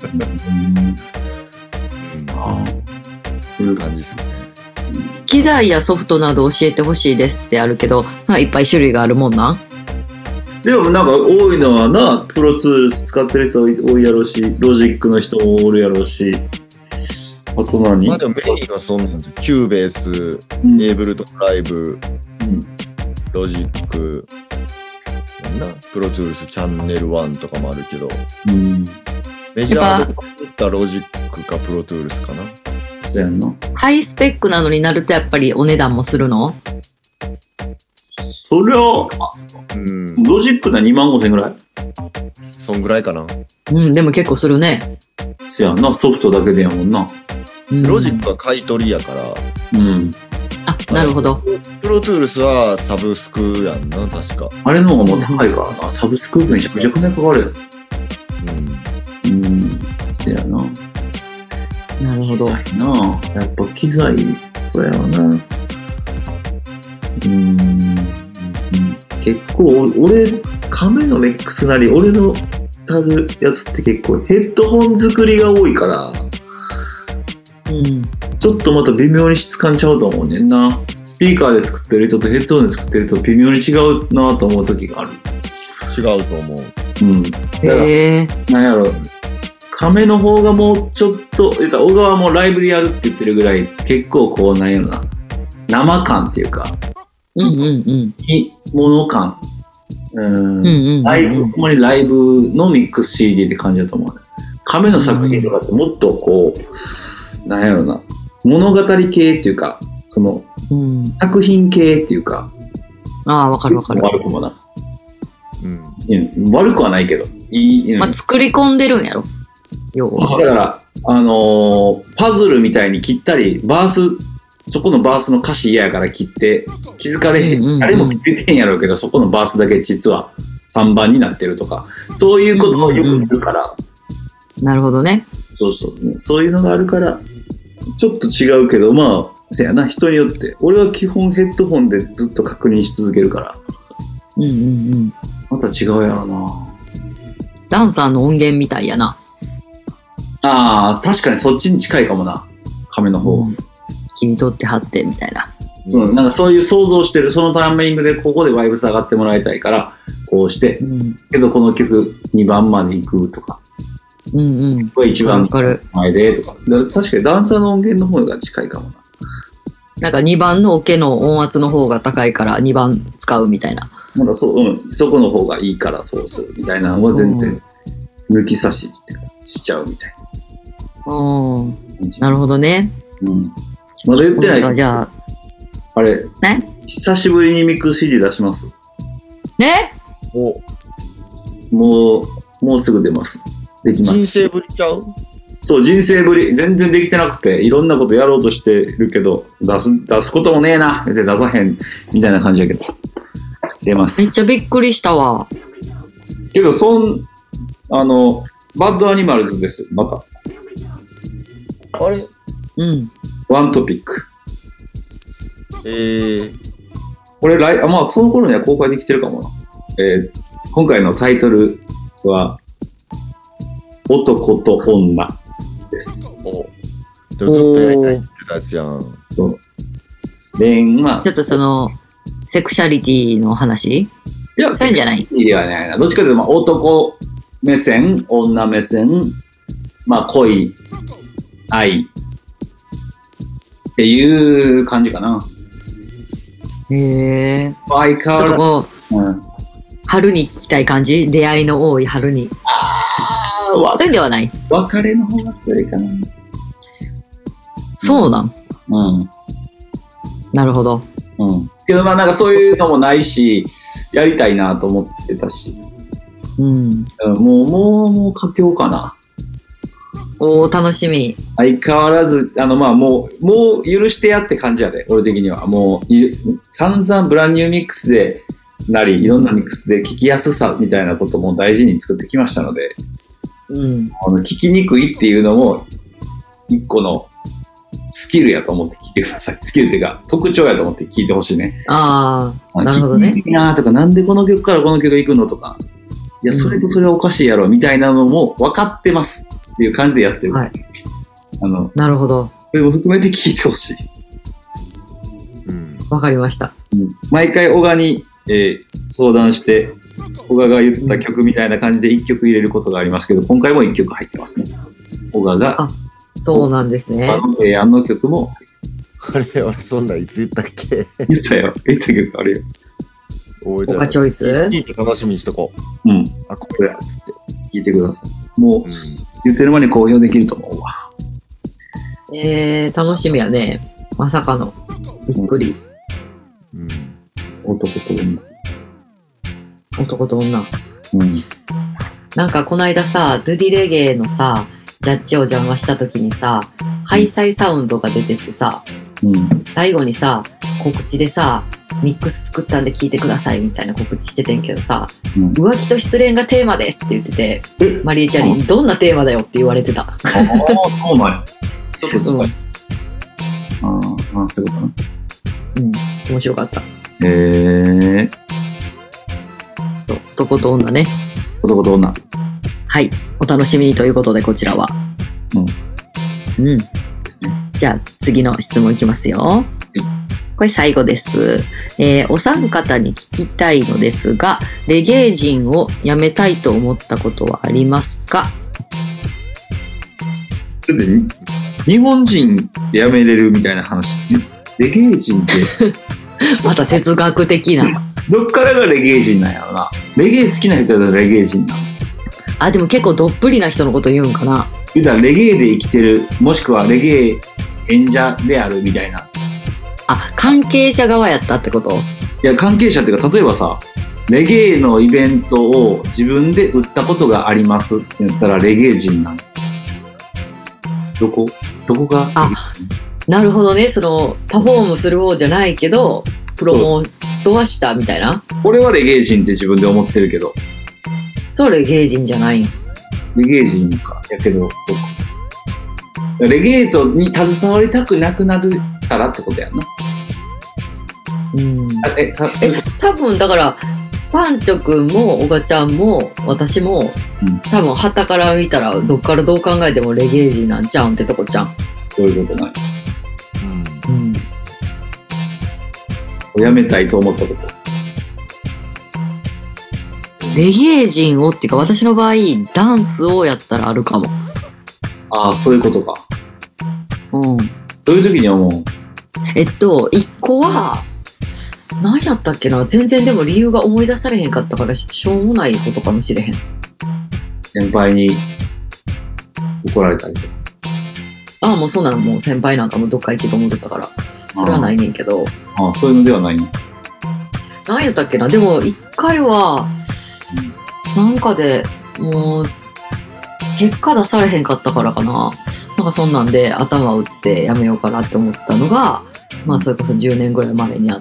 そういう感じですね。 機材やソフトなど教えてほしいですってあるけど、いっぱい種類があるもんな。 でもなんか多いのはな、プロツールス使ってる人多いやろうし、ロジックの人もおるやろうし、あと何？ でもメインはそんなんですよ。キューベース、エイブルトライブ、ロジック、プロツールスチャンネル1とかもあるけど、メジャーで作ったロジックかプロトゥールスかな。 そうやんの。 ハイスペックなのになるとやっぱりお値段もするの？ そりゃ、ロジックな25,000円ぐらい？ そんぐらいかな。 でも結構するね。 そうやんな、ソフトだけでやもんな。 ロジックは買い取りやから。 なるほど。 プロトゥールスはサブスクやんな、確か。 あれの方がもう高いからな。サブスクめちゃくちゃ金かかるやん。 ほど。 なやっぱ機材、そうやわな。結構、俺、亀のメックスなり、俺のさるやつって結構ヘッドホン作りが多いから、ちょっとまた微妙に質感ちゃうと思うねんな。スピーカーで作ってる人とヘッドホンで作ってる人微妙に違うなと思う時がある。 違うと思う。 なんやろ、亀の方がもうちょっと、小川もライブでやるって言ってるぐらい、結構こう、なんやろな、生感っていうか、もの感。ライブ、ほんまにライブのミックス CD って感じだと思う。亀の作品とかってもっとこう、なんやろな、物語系っていうか、その、作品系っていうか、 わかる。 悪くもな。悪くはないけど。 作り込んでるんやろ。 だから、パズルみたいに切ったり、そこのバースの歌詞嫌やから切って気づかれへん、誰も気づいてへんやろうけど、そこのバースだけ実は3番になってるとか、そういうことをよくするから、 なるほどね。 そういうのがあるからちょっと違うけど、まあせやな、人によって。俺は基本ヘッドホンでずっと確認し続けるから、また違うやろな。 ダンサーの音源みたいやな。 確かにそっちに近いかもな、亀の方。 切り取って貼ってみたいな。 なんかそういう想像してる、そのタイミングでここでバイブス上がってもらいたいからこうして、けどこの曲2番まで行くとか、これ1番前でとか、確かにダンサーの音源の方が近いかもな。 なんか2番のオケの音圧の方が高いから2番使うみたいな。 なんかそこの方がいいからそうするみたいなのは全然抜き差ししちゃうみたいな。なるほどね。 まだ言ってない。 じゃああれ、久しぶりにミックス CD 出します。もうすぐ出ます。できます。 人生ぶりちゃう？ そう、人生ぶり。全然できてなくて、いろんなことやろうとしてるけど、出すこともねえなで出さへんみたいな感じやけど、出ます。 めっちゃびっくりしたわ。 けどバッドアニマルズです、また。 あれ？ ワントピック。これまあその頃には公開できてるかもな。今回のタイトルは男と女です。 ずっとやりたいってやつやん。 ちょっとそのセクシャリティの話？いや、そういうんじゃない。 いやね、どっちかというと男目線、女目線、まあ恋、愛っていう感じかな。 へえ。ちょっとこう、春に聞きたい感じ？出会いの多い春に。そういうんではない。 別れの方が強いかな。 そうなん。なるほど。 けどまあなんかそういうのもないし、やりたいなと思ってたし。もう佳境かな。 楽しみ。 相変わらずまあもう許してやって感じやで、俺的には。もう散々ブランニューミックスでなり、いろんなミックスで聞きやすさみたいなことも大事に作ってきましたので、聞きにくいっていうのも一個のスキルやと思って聞いてください。スキルっていうか特徴やと思って聞いてほしいね。 なるほどね。 聞きにくいなとか、なんでこの曲からこの曲行くのとか、いやそれとそれはおかしいやろみたいなのも分かってますっていう感じでやってる。 なるほど。 それも含めて聞いてほしい。 わかりました。 毎回小川に、相談して、小川が言った曲みたいな感じで1曲入れることがありますけど、今回も1曲入ってますね。小川が。 そうなんですね。 提案の曲も。 俺そんなんいつ言ったっけ？ 言ったよ。言った曲あるよ。 岡チョイス？ 楽しみにしとこう。これやつって聞いてください。もう、言ってる間に公表できると思うわ。 楽しみやね。まさかの。びっくり。 男と女。 男と女。なんかこの間さ、ドゥディレゲエのさ、ジャッジを邪魔した時にさ、ハイサイサウンドが出ててさ、最後にさ、告知でさ、ミックス作ったんで聞いてくださいみたいな告知しててんけどさ、浮気と失恋がテーマですって言ってて、マリエちゃんにどんなテーマだよって言われてた。 そうなんや。 ちょっと近い。そういうことね。 面白かった。そう、男と女ね。 男と女。 はい、お楽しみにということで、こちらは。じゃあ、次の質問いきますよ。これ最後です。お三方に聞きたいのですが、レゲエ人を辞めたいと思ったことはありますか？ それで日本人で辞めれるみたいな話。レゲエ人ってまた哲学的な。 どっからがレゲエ人なんやろな。レゲエ好きな人だとレゲエ人なの。 あ、でも結構どっぷりな人のこと言うんかな。 言うたらレゲエで生きてる、もしくはレゲエ演者であるみたいな。 あ、関係者側やったってこと？ いや、関係者っていうか、例えばさ、レゲエのイベントを自分で売ったことがありますって言ったらレゲエ人なの。どこが？ あ、なるほどね。そのパフォームする方じゃないけどプロモートはしたみたいな。 俺はレゲエ人って自分で思ってるけど。 それレゲエ人じゃないん？ レゲエ人か。やけど、そうか。レゲエに携わりたくなくなるからってことやんな。 多分だからパンチョくんもおがちゃんも私も、多分旗から見たらどっからどう考えてもレゲエ人なんちゃうんってとこちゃん。 そういうことない。やめたいと思ったこと。 レゲエ人をっていうか、私の場合ダンスをやったらあるかも。 ああ、そういうことか。どういう時に思う？ 一個は何やったっけな。全然でも理由が思い出されへんかったからしょうもないことかもしれへん。 先輩に怒られたりとか。 ああ、もうそんなの、もう先輩なんかもどっか行きと思ってたからそれはないねんけど。 ああ、そういうのではないね。 何やったっけな。でも一回はなんかでもう結果出されへんかったからかな。なんかそんなんで頭打ってやめようかなって思ったのが、まあそれこそ10年ぐらい前にあって、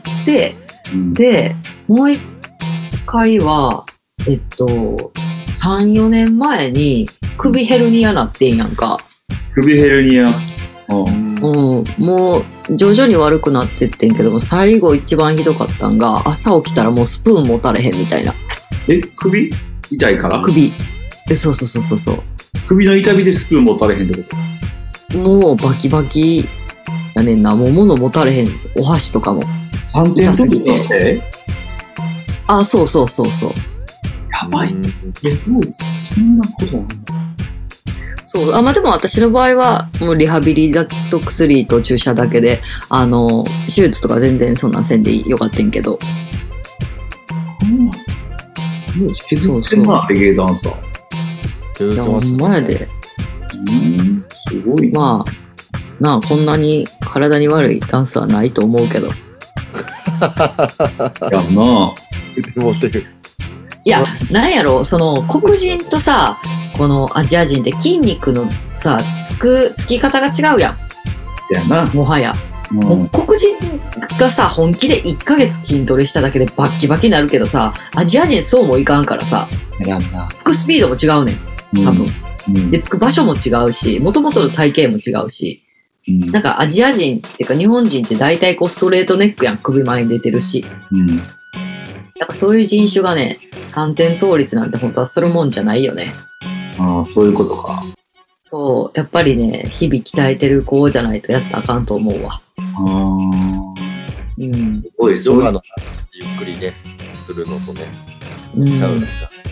でもう一回は3、4年前に首ヘルニアなってんやんか。 首ヘルニア。 もう徐々に悪くなってってんけども、最後一番ひどかったんが、朝起きたらもうスプーン持たれへんみたいな。 首痛いから？ そう。 首の痛みでスプーン持たれへんってこと？ もうバキバキやねんな。もう物持たれへん。お箸とかも痛すぎて。あ、そう。 やばいね。そんなことなんだ。 そう。まあでも私の場合はもうリハビリだと薬と注射だけで、手術とか全然そんなんせんでよかったんけど。 削ってんな、レゲエダンサー。 いや、ほんまやで。 すごいな。まあこんなに体に悪いダンスはないと思うけど。 やんな。 いや、なんやろ、その黒人とさ、このアジア人って筋肉のさ、つき方が違うやん。 そやな。 もはや。もう黒人がさ、本気で1ヶ月筋トレしただけでバッキバキになるけどさ、アジア人そうもいかんからさ、つくスピードも違うねん、多分。で、つく場所も違うし、もともとの体型も違うし、なんかアジア人っていうか日本人って大体こうストレートネックやん、首前に出てるし。だからそういう人種がね、3点倒立なんて本当はするもんじゃないよね。 ああ、そういうことか。 そう、やっぱりね、日々鍛えてる子じゃないとやったらあかんと思うわ。 すごい、ヨガのゆっくりね、するのとね、ちゃう。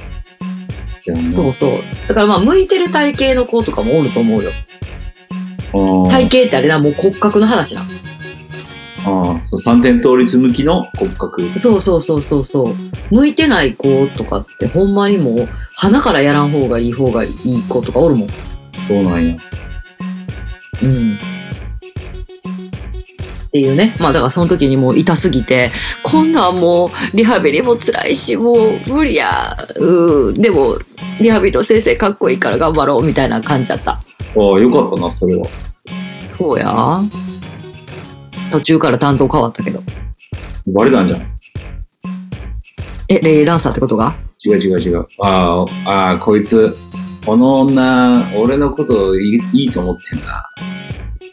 そう。だからまあ、向いてる体型の子とかもおると思うよ。体型ってあれな、もう骨格の話な。 3点倒立向きの骨格。 そう。向いてない子とかってほんまにもう鼻からやらん方がいい子とかおるもん。 そうなんや。 っていうね。まあだからその時にもう痛すぎて、こんなんもうリハビリも辛いし、もう無理や。でもリハビリの先生かっこいいから頑張ろうみたいな感じだった。 ああ、よかったな、それは。 そうや。途中から担当変わったけど。 バレたんじゃん。 レゲエダンサーってことが？ 違う。こいつ、この女、俺のこといいと思ってんだ。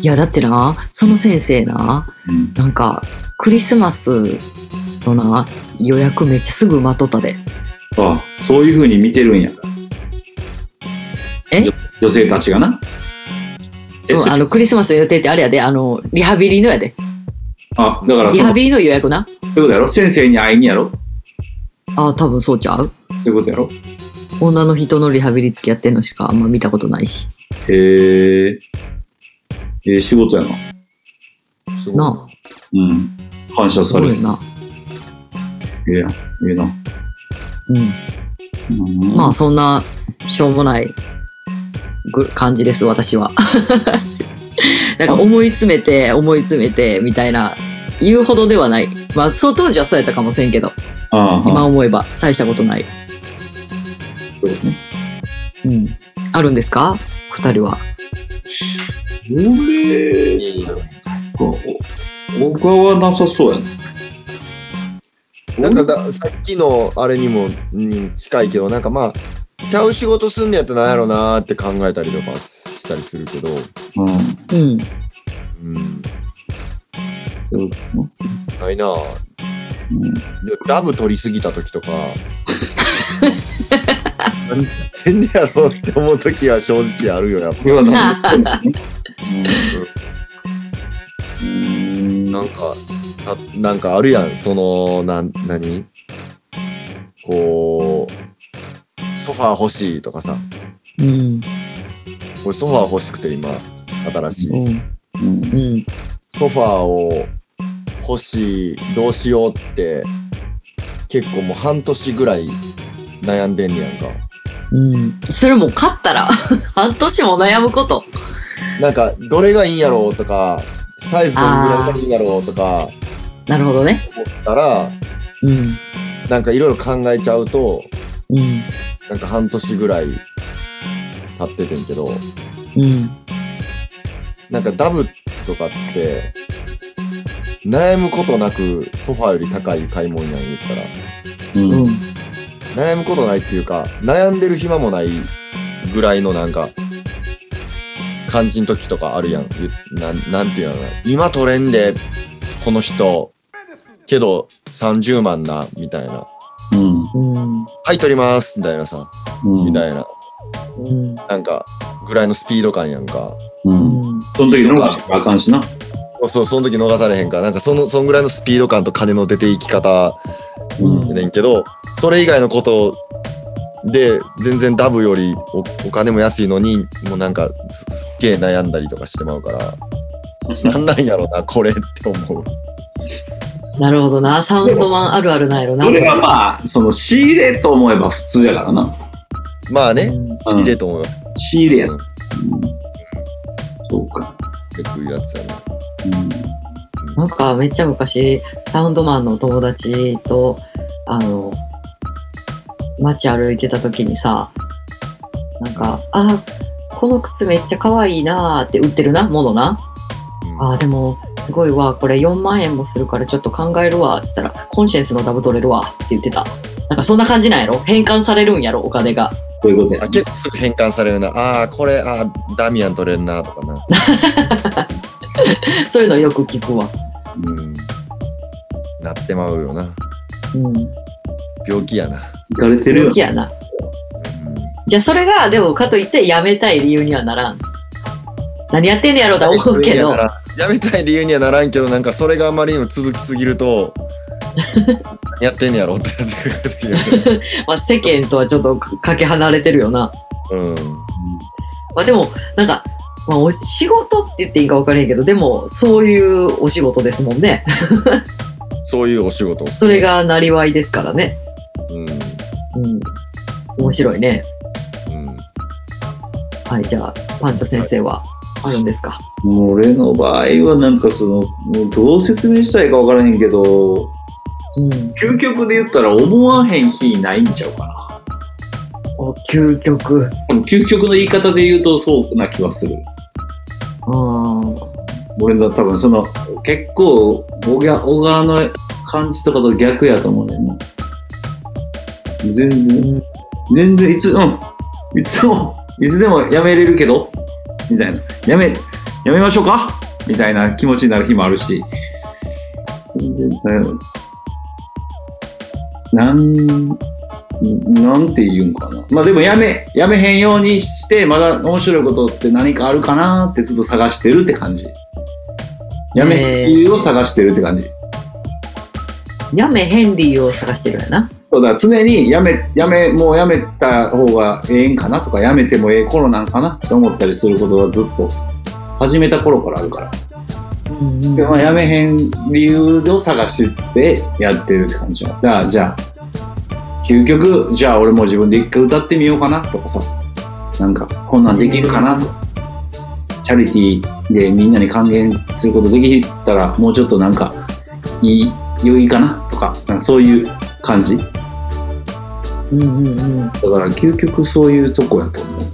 いやだってな、その先生な、なんかクリスマスのな予約めっちゃすぐ埋まっとったで。 あ、そういう風に見てるんや。女性たちがな。 クリスマスの予定ってあれやで、リハビリのやで。 あ、だからリハビリの予約な。 そういうことやろ。先生に会いにやろ。 あ、多分そうちゃう。 そういうことやろ。 女の人のリハビリ付き合ってんのしかあんま見たことないし。 へえ。仕事やな。 なあ。 うん。感謝される。 な。 ええな。 まあそんなしょうもない感じです私は。なんか思い詰めてみたいな言うほどではない。まあそう当時はそうやったかもしれんけど、今思えば大したことない。 そうですね。 あるんですか2人は。 僕はなさそうやね。 なんかさっきのあれにも近いけど、なんかまあちゃう仕事すんのやったらなんやろなーって考えたりとかしたりするけど、ないなぁ。ラブ取りすぎた時とか何言ってんねやろって思う時は正直あるよ、やっぱ。なんかあるやん、その何こうソファー欲しいとかさ、俺ソファー欲しくて今新しい、ソファーを欲しい、どうしようって結構もう半年ぐらい悩んでんねやんか。 それも買ったら半年も悩むこと。 なんかどれがいいんやろうとか、サイズどれぐらいがいいんやろうとか。 なるほどね。 思ったら、なんかいろいろ考えちゃうと、なんか半年ぐらい経っててんけど、なんかダブとかって悩むことなくソファーより高い買い物やん、言ったら、悩むことないっていうか、悩んでる暇もないぐらいのなんか感じの時とかあるやん。なんていうのかな、今取れんでこの人けど30万なみたいな、はい取りますみたいなさ、みたいな、なんかぐらいのスピード感やんか。 その時逃したらあかんしな。 そう、その時逃されへんから、なんかそんぐらいのスピード感と金の出ていき方やねんけど、それ以外のことで全然ダブより お金も安いのにもうなんかすっげえ悩んだりとかしてまうから、なんやろなこれって思う。 なるほどな、サウンドマンあるあるなんやろな。 それはまあその仕入れと思えば普通やからな。 まあね、仕入れと思えば仕入れやな。そうか。 よく言うやつやね。 なんかめっちゃ昔サウンドマンの友達と街歩いてた時にさ、なんかこの靴めっちゃ可愛いなーって売ってるなものな、でもすごいわ、これ4万円もするからちょっと考えるわって言ったら、コンシェンスのダブ取れるわって言ってた。なんかそんな感じなんやろ、変換されるんやろお金が。 そういうことや。 結構すぐ変換されるな。これダミアン取れるなとかな。 そういうのよく聞くわ。 なってまうよな。病気やな。 いかれてるよ。 病気やな。じゃあそれがでもかといってやめたい理由にはならん。何やってんねやろうと思うけど。 やめたい理由にはならんけど、なんかそれがあまりにも続きすぎるとやってんねやろってなってくる。 まあ世間とはちょっとかけ離れてるよな。まあでもなんか、まあ、仕事って言っていいか分からへんけど、でもそういうお仕事ですもんね。 そういうお仕事、 それがなりわいですからね。面白いね。はい、じゃあパンチョ先生はあるんですか？ 俺の場合はなんかもうどう説明したいか分からへんけど、究極で言ったら思わへん日ないんちゃうかな。 究極の言い方で言うとそうな気はする。俺の多分結構小川の感じとかと逆やと思うねんな。全然いつでもやめれるけどみたいな。 やめましょうかみたいな気持ちになる日もあるし、全然なんて言うんかな。まあでもやめへんようにして、まだ面白いことって何かあるかなってずっと探してるって感じ。やめへん理由を探してるって感じ。 やめへん理由を探してるよな。 そうだ、常にもうやめた方がええんかなとか、やめてもええ頃なんかなって思ったりすることはずっと始めた頃からあるから。でもやめへん理由を探してやってるって感じ。じゃあ究極、じゃあ俺も自分で一回歌ってみようかなとかさ、なんかこんなんできるかなとか、チャリティーでみんなに還元することできたらもうちょっとなんかいいかなとか、なんかそういう感じ。だから究極そういうとこやと思う。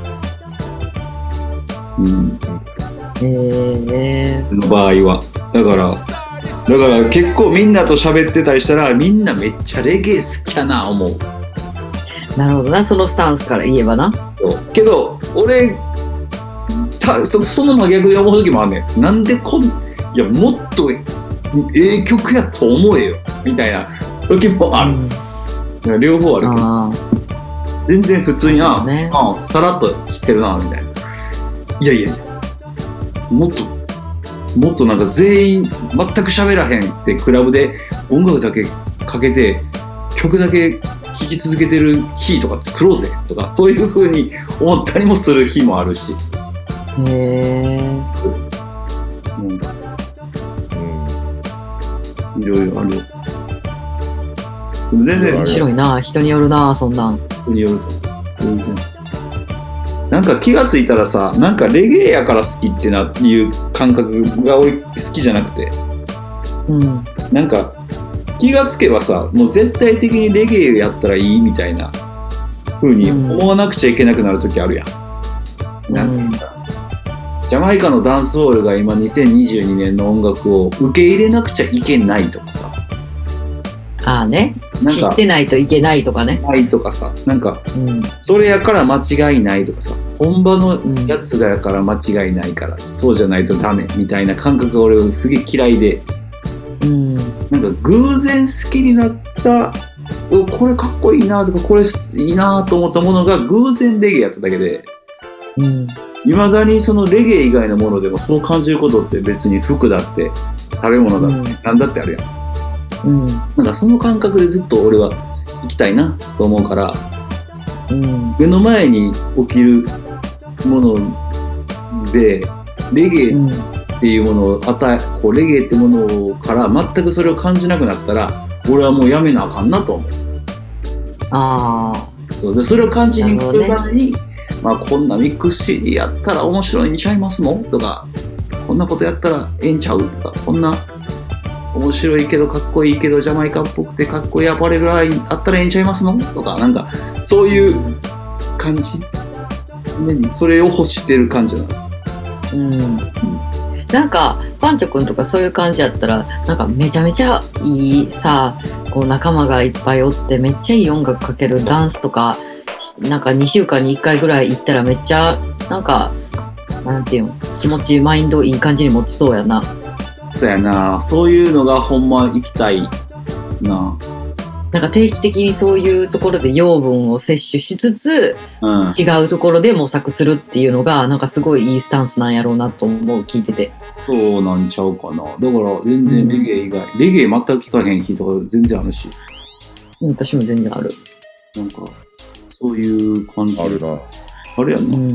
の場合はだから結構みんなと喋ってたりしたら、みんなめっちゃレゲエ好きやな思う。 なるほどな、そのスタンスから言えばな。 けど俺その真逆で思う時もあるねん。なんでいやもっとええ曲やと思えよみたいな時もある。両方あるけど、全然普通にさらっとしてるなみたいな。いやもっとなんか全員全く喋らへんってクラブで音楽だけかけて曲だけ聴き続けてる日とか作ろうぜとか、そういう風に思ったりもする日もあるし。いろいろあるよ。全然面白いな、人によるな、そんなん。 人によると全然。なんか気がついたらさ、なんかレゲエやから好きっていう感覚が俺好きじゃなくて、なんか気がつけばさ、もう絶対的にレゲエやったらいいみたいな風に思わなくちゃいけなくなる時あるやん。なんかジャマイカのダンスホールが今2022年の音楽を受け入れなくちゃいけないとかさ。 ね、知ってないといけないとかね。 ないとかさ、なんか、それやから間違いないとかさ、本場のやつがやから間違いないから、そうじゃないとダメみたいな感覚が俺すげえ嫌いで、なんか偶然好きになったこれかっこいいなとか、これいいなと思ったものが偶然レゲエやっただけで、いまだにそのレゲエ以外のものでもそう感じることって別に服だって食べ物だって何だってあるやん。なんかその感覚でずっと俺は生きたいなと思うから、目の前に起きるものでレゲエっていうものをこうレゲエってものから全くそれを感じなくなったら、俺はもうやめなあかんなと思う。そうで、それを感じに来るために、こんなミックス CD やったら面白いんちゃいますのとか、こんなことやったらええんちゃうとか、こんな面白いけどかっこいいけどジャマイカっぽくてかっこいいアパレルラインあったらええんちゃいますのとか、なんかそういう感じ、常にそれを欲してる感じなんです。 なんかパンチョくんとかそういう感じやったら、なんかめちゃめちゃいいさ、こう仲間がいっぱいおってめっちゃいい音楽かけるダンスとか、なんか2週間に1回ぐらい行ったらめっちゃなんかなんていうの、気持ちマインドいい感じに持ちそうやな。 そうやな、そういうのがほんま行きたいな。 なんか定期的にそういうところで養分を摂取しつつ、違うところで模索するっていうのがなんかすごいいいスタンスなんやろうなと思う、聞いてて。 そうなんちゃうかな。だから全然レゲエ以外、レゲエ全く聞かへん日とか全然あるし。 私も全然ある。 なんかそういう感じあるな。 あれやな。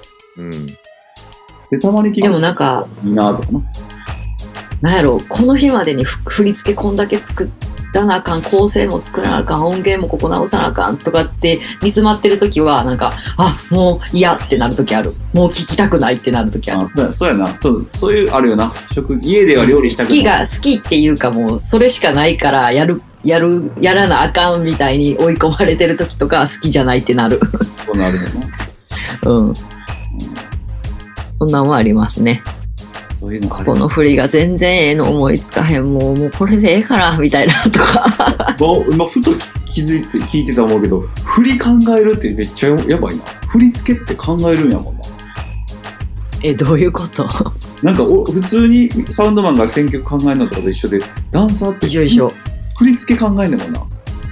でたまに聞いてでもなんかいいなとかな。 なんやろ、この日までに振り付けこんだけ作らなあかん、構成も作らなあかん、音源もここ直さなあかんとかって煮詰まってる時はなんか、もう嫌ってなる時ある。もう聞きたくないってなる時ある。 そうやな、そういうあるよな。家では料理したくない。 好きっていうか、もうそれしかないからやらなあかんみたいに追い込まれてる時とか好きじゃないってなる。 そうなるよな。そんなんはありますね。 そういうのこの振りが全然ええの思いつかへん、もうこれでええからみたいなとか。 今ふと気づいて聞いてた思うけど、振り考えるってめっちゃやばいな。振り付けって考えるんやもんな。 どういうこと？ なんか普通にサウンドマンが選曲考えるのとかと一緒で、ダンサーって一緒。 振り付け考えんねんもんな。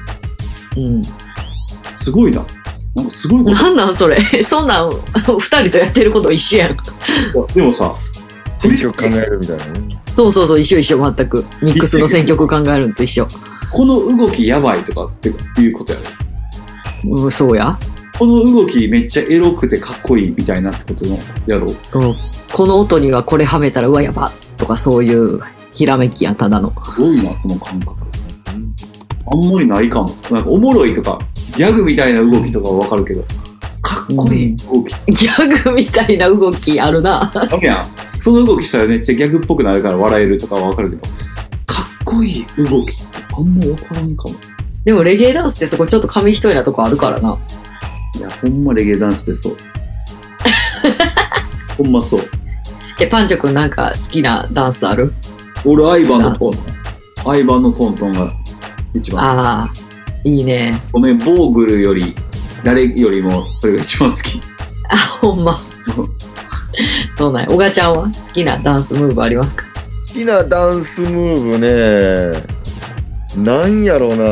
すごいな。なんかすごいこと。 なんそれ。そんなん2人とやってること一緒やん。 でもさ、 選曲考えるみたいなね。 そう一緒全く。ミックスの選曲考えるんと一緒。 この動きやばいとかっていうことやろ。 そうや。 この動きめっちゃエロくてかっこいいみたいなってことのやろう。 この音にはこれはめたらうわやばとかそういうひらめきやただの。 すごいなその感覚。あんまりないかも。なんかおもろいとかギャグみたいな動きとかはわかるけど、かっこいい動き。 ギャグみたいな動きあるな。 あるやん。その動きしたらめっちゃギャグっぽくなるから笑えるとかはわかるけど、かっこいい動きってあんまわからんかも。 でもレゲエダンスってそこちょっと紙一重なとこあるからな。 いやほんまレゲエダンスってそう。ほんまそう。 パンチョくんなんか好きなダンスある？ 俺アイバンのトントンが一番好き。 ああいいね。 ごめん、ボーグルより誰よりもそれが一番好き。 あほんま。そうなんや。小賀ちゃんは好きなダンスムーブありますか？ 好きなダンスムーブね、なんやろうな、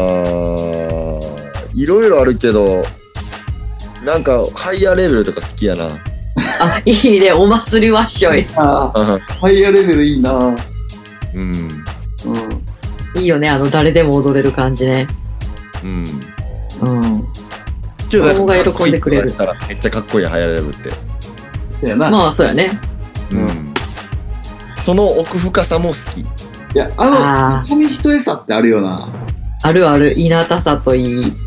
いろいろあるけど、なんかハイヤーレベルとか好きやな。 あいいね、お祭りわっしょい。 ハイヤーレベルいいな。 いいよね、誰でも踊れる感じね。 けど子供が喜んでくれる。 めっちゃかっこいいハイヤーレベルって。 そうやな。 まあそうやね。 その奥深さも好き。 いや紙一重さってあるよな。 あるある、いなたさといい。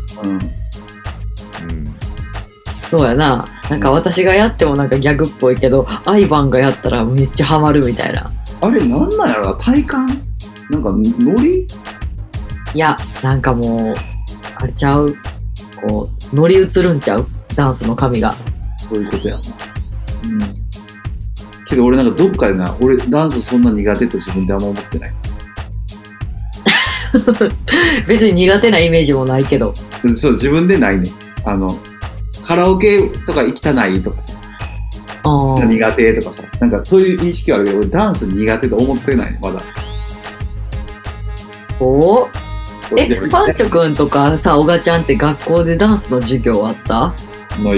そうやな。なんか私がやってもなんかギャグっぽいけど、アイバンがやったらめっちゃハマるみたいな。 あれなんなんやろな、体感なんかノリ？ いや、なんかもうあれちゃう、こう乗り移るんちゃう、ダンスの神が。 そういうことやな。けど俺なんかどっかでな、俺ダンスそんな苦手と自分であんま思ってない。 別に苦手なイメージもないけど。 そう、自分でないね。カラオケとか行きたないとかさ、苦手とかさ、なんかそういう認識はあるけど、俺ダンス苦手と思ってないね、まだ。 パンチョくんとかさ、小賀ちゃんって学校でダンスの授業あった？ ない。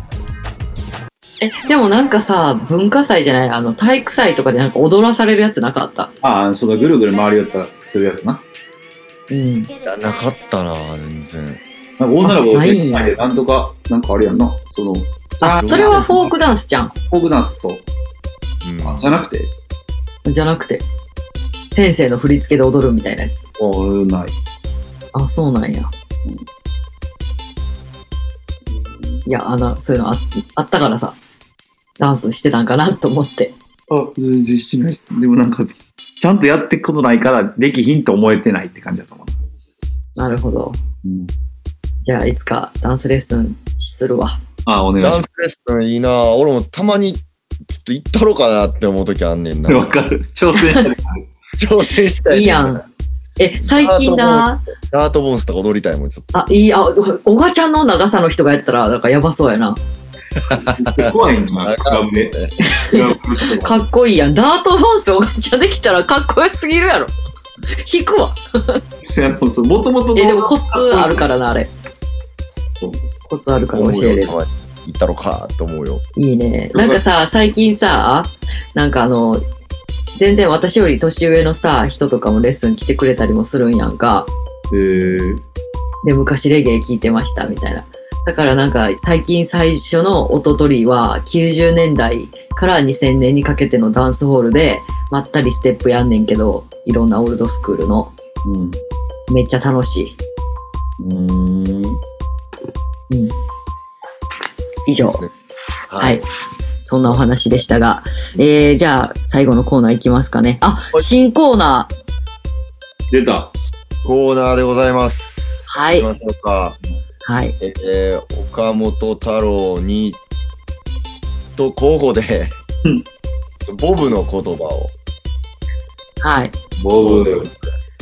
でもなんかさ、文化祭じゃない、体育祭とかでなんか踊らされるやつなかった？ そうだ、ぐるぐる回りよったらするやつな。 いや、なかったな、全然。 なんか女の子でなんとか、なんかあれやんな。 それはフォークダンスじゃん。 フォークダンス、そう。じゃなくて先生の振り付けで踊るみたいなやつ。 ない。 そうなんや。いや、そういうのあったからさ、ダンスしてたんかなと思って。 全然しないっす。でもなんか、ちゃんとやってくことないから、できひんと思えてないって感じだと思う。 なるほど。じゃあ、いつかダンスレッスンするわ。 お願いします。 ダンスレッスンいいな。俺もたまに、ちょっと行ったろうかなって思うときあんねんな。 わかる。挑戦したい。 いいやん。最近だ。 ダートボンスとか踊りたいもん、ちょっと。 いい。小賀ちゃんの長さの人がやったら、なんかやばそうやな。 怖いな、クラブで。 かっこいいやん。ダートボンス小賀ちゃんできたらかっこよすぎるやろ。引くわ。 もともと。 でもコツあるからな、あれ。コツあるから教えれる。 行ったろかと思うよ。 いいね。なんかさ、最近さ、なんか全然私より年上のさ、人とかもレッスン来てくれたりもするんやんか。で、昔レゲエ聴いてましたみたいな。だからなんか最近最初の音取りは90年代から2000年にかけてのダンスホールでまったりステップやんねんけど、いろんなオールドスクールの。めっちゃ楽しい。以上。はい。そんなお話でしたが、じゃあ最後のコーナーいきますかね。新コーナー。出た。 コーナーでございます。 はい。 行きましょうか。 はい。 岡本太郎にと交互でボブの言葉を。 はい。 ボブ。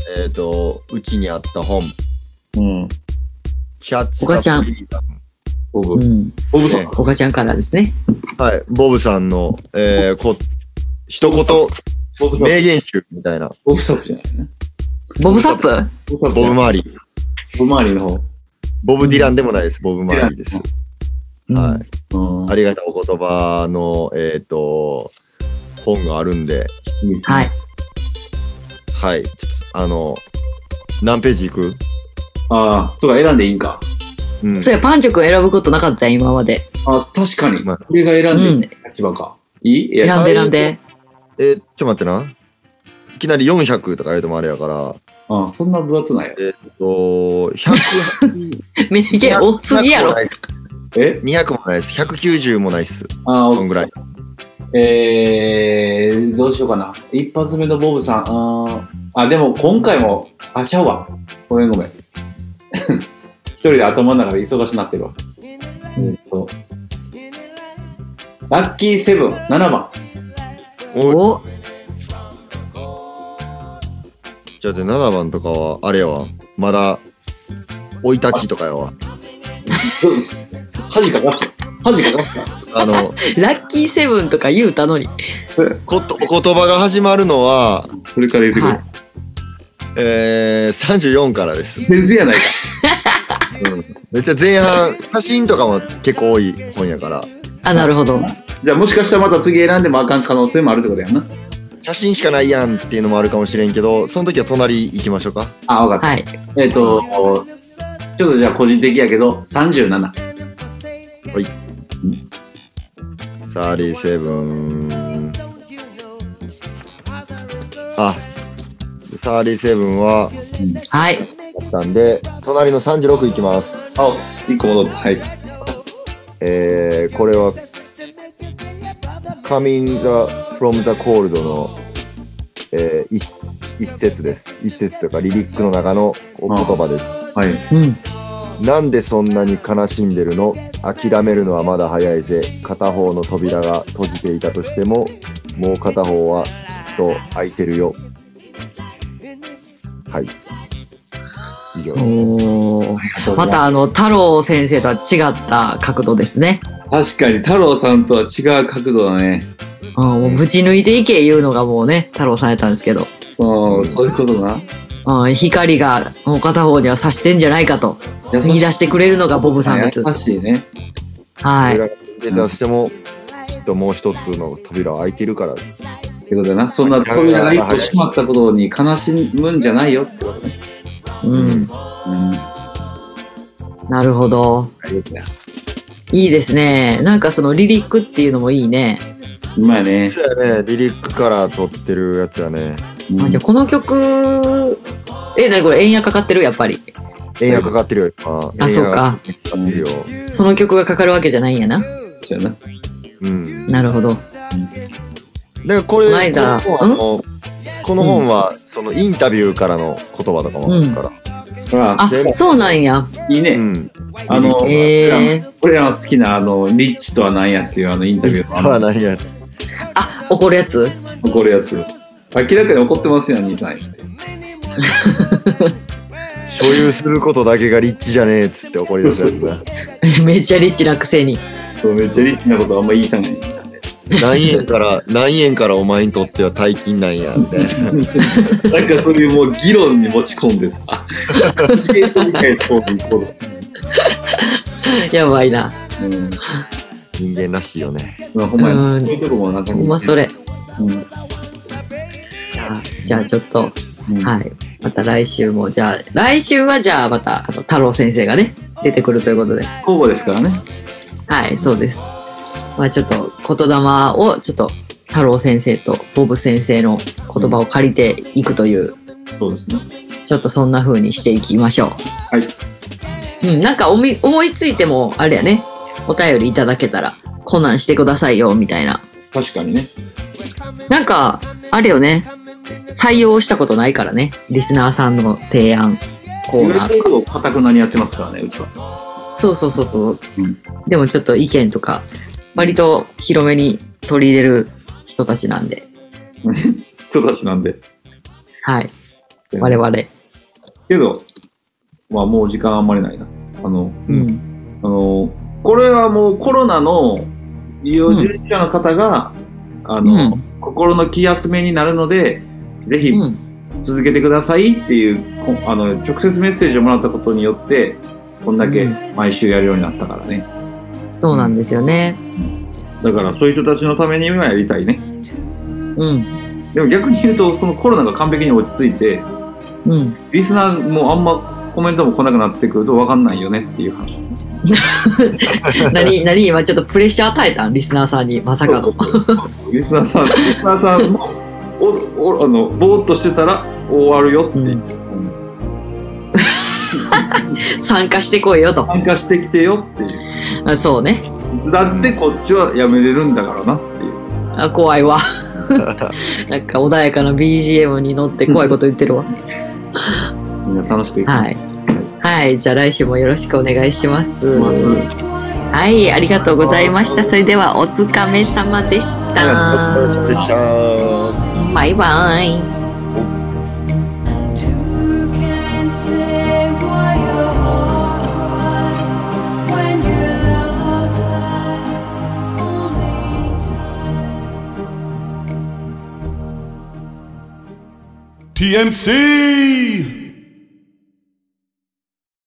うちにあった本。キャッチ・ザ・フリーダム。 ボブ。 うん。 ボブさん。 おかちゃんからですね。 はい。ボブさんの、一言、名言集みたいな。 ボブサップじゃないね。 ボブサップ？ ボブ周り。 ボブ周りの方。 ボブ・ディランでもないです。ボブ周りです。はい。ありがたいお言葉の、本があるんで。 いいですね。 はい。 はい。何ページいく？ ああ、そうか、選んでいいんか。 うん。 そうや、パンチョ君選ぶことなかったよ、今まで。 あ、確かに。これが選んで立場か。いい？ 選んで。 ちょっと待ってな。いきなり400とか言うともあれやから。 あ、そんな分厚ない。 100。 名言多すぎやろ。 200もないです。190もないっす。 ああ、 そんぐらい。 どうしようかな。一発目のボブさん。でも今回も、ちゃうわ。ごめん。一人で頭の中で忙しくなってるわ。ラッキーセブン、7番。 お。 じゃあ7番とかは、あれやわ。まだ、生い立ちとかやわ。 恥かかった。 ラッキーセブンとか言うたのに。 お言葉が始まるのは、 それから言ってくれ。34からです。 全然やないか。 めっちゃ前半、写真とかも結構多い本やから。 なるほど。 じゃあもしかしたらまた次選んでもあかん可能性もあるってことやな。 写真しかないやんっていうのもあるかもしれんけど、その時は隣行きましょうか。 わかった。はい。ちょっとじゃあ個人的やけど、37。はい。 37。37は、 はい。 だったんで、隣の36いきます。 1個戻った。はい。 これは、Coming from the Cold の、一節です。一節というか、リリックの中のお言葉です。 はい。 なんでそんなに悲しんでるの？諦めるのはまだ早いぜ。片方の扉が閉じていたとしても、もう片方はきっと開いてるよ。はい。以上。 また太郎先生とは違った角度ですね。 確かに太郎さんとは違う角度だね。 もうぶち抜いていけ言うのがもうね、太郎さんやったんですけど。 そういうことな。 光がもう片方には差してんじゃないかと見出してくれるのがボブさんです。 優しいね。 はい。 出たとしても、きっともう一つの扉は開いてるからです。 ってことだな。そんな扉が一個閉まったことに悲しむんじゃないよってことね。 なるほど。いいですね。なんかそのリリックっていうのもいいね。 うまいね。 そうやね。リリックから撮ってるやつやね。 じゃあこの曲、何これ、円やかかってる？やっぱり。 円やかかってるよ。 そうか。その曲がかかるわけじゃないんやな。 そうやな。 なるほど。 だからこれ、この本はそのインタビューからの言葉とかもあるから。 そうなんや。 いいね。俺らの好きなリッチとは何やっていうインタビュー。リッチとは何や。 怒るやつ？ 怒るやつ。明らかに怒ってますよ、兄さん。 所有することだけがリッチじゃねえっつって怒り出すやつだ。 めっちゃリッチなくせに。 めっちゃリッチなことあんま言いたない。 何円からお前にとっては大金なんやみたいな。 なんかそういうもう議論に持ち込んでさ。 やばいな。 人間らしいよね。 ほんまや。そういうとこもなんか。 ほんまそれ。じゃあちょっと、はい。また来週も、来週はまた太郎先生がね、出てくるということで。 交互ですからね。 はい、そうです。ちょっと言霊をちょっと太郎先生とボブ先生の言葉を借りていくという。 そうですね。 ちょっとそんな風にしていきましょう。 はい。 なんか思いついても、あれやね、お便りいただけたら、こんなんしてくださいよ、みたいな。 確かにね。 なんか、あれよね、採用したことないからね、リスナーさんの提案コーナーとか。 かたくなにやってますからね、うちは。 そう。でもちょっと意見とか、割と広めに取り入れる人たちなんで。はい。我々。 けど、もう時間あんまりないな。 これはもうコロナの医療従事者の方が、心の気休めになるので、ぜひ続けてくださいっていう、直接メッセージをもらったことによって、こんだけ毎週やるようになったからね。 そうなんですよね。 だからそういう人たちのためにはやりたいね。でも逆に言うと、そのコロナが完璧に落ち着いて、リスナーもあんまコメントも来なくなってくると分かんないよねっていう話。 何今ちょっとプレッシャー与えたん、リスナーさんに、まさかの。 リスナーさんもぼーっとしてたら終わるよっていう、 参加してこいよと。 参加してきてよっていう。 そうね。 いつだってこっちはやめれるんだからなっていう。 怖いわ。なんか穏やかな BGM に乗って怖いこと言ってるわ。 みんな楽しくいく。 はい、じゃあ来週もよろしくお願いします。はい、ありがとうございました。それではお疲れ様でした。バイバイ。 TMC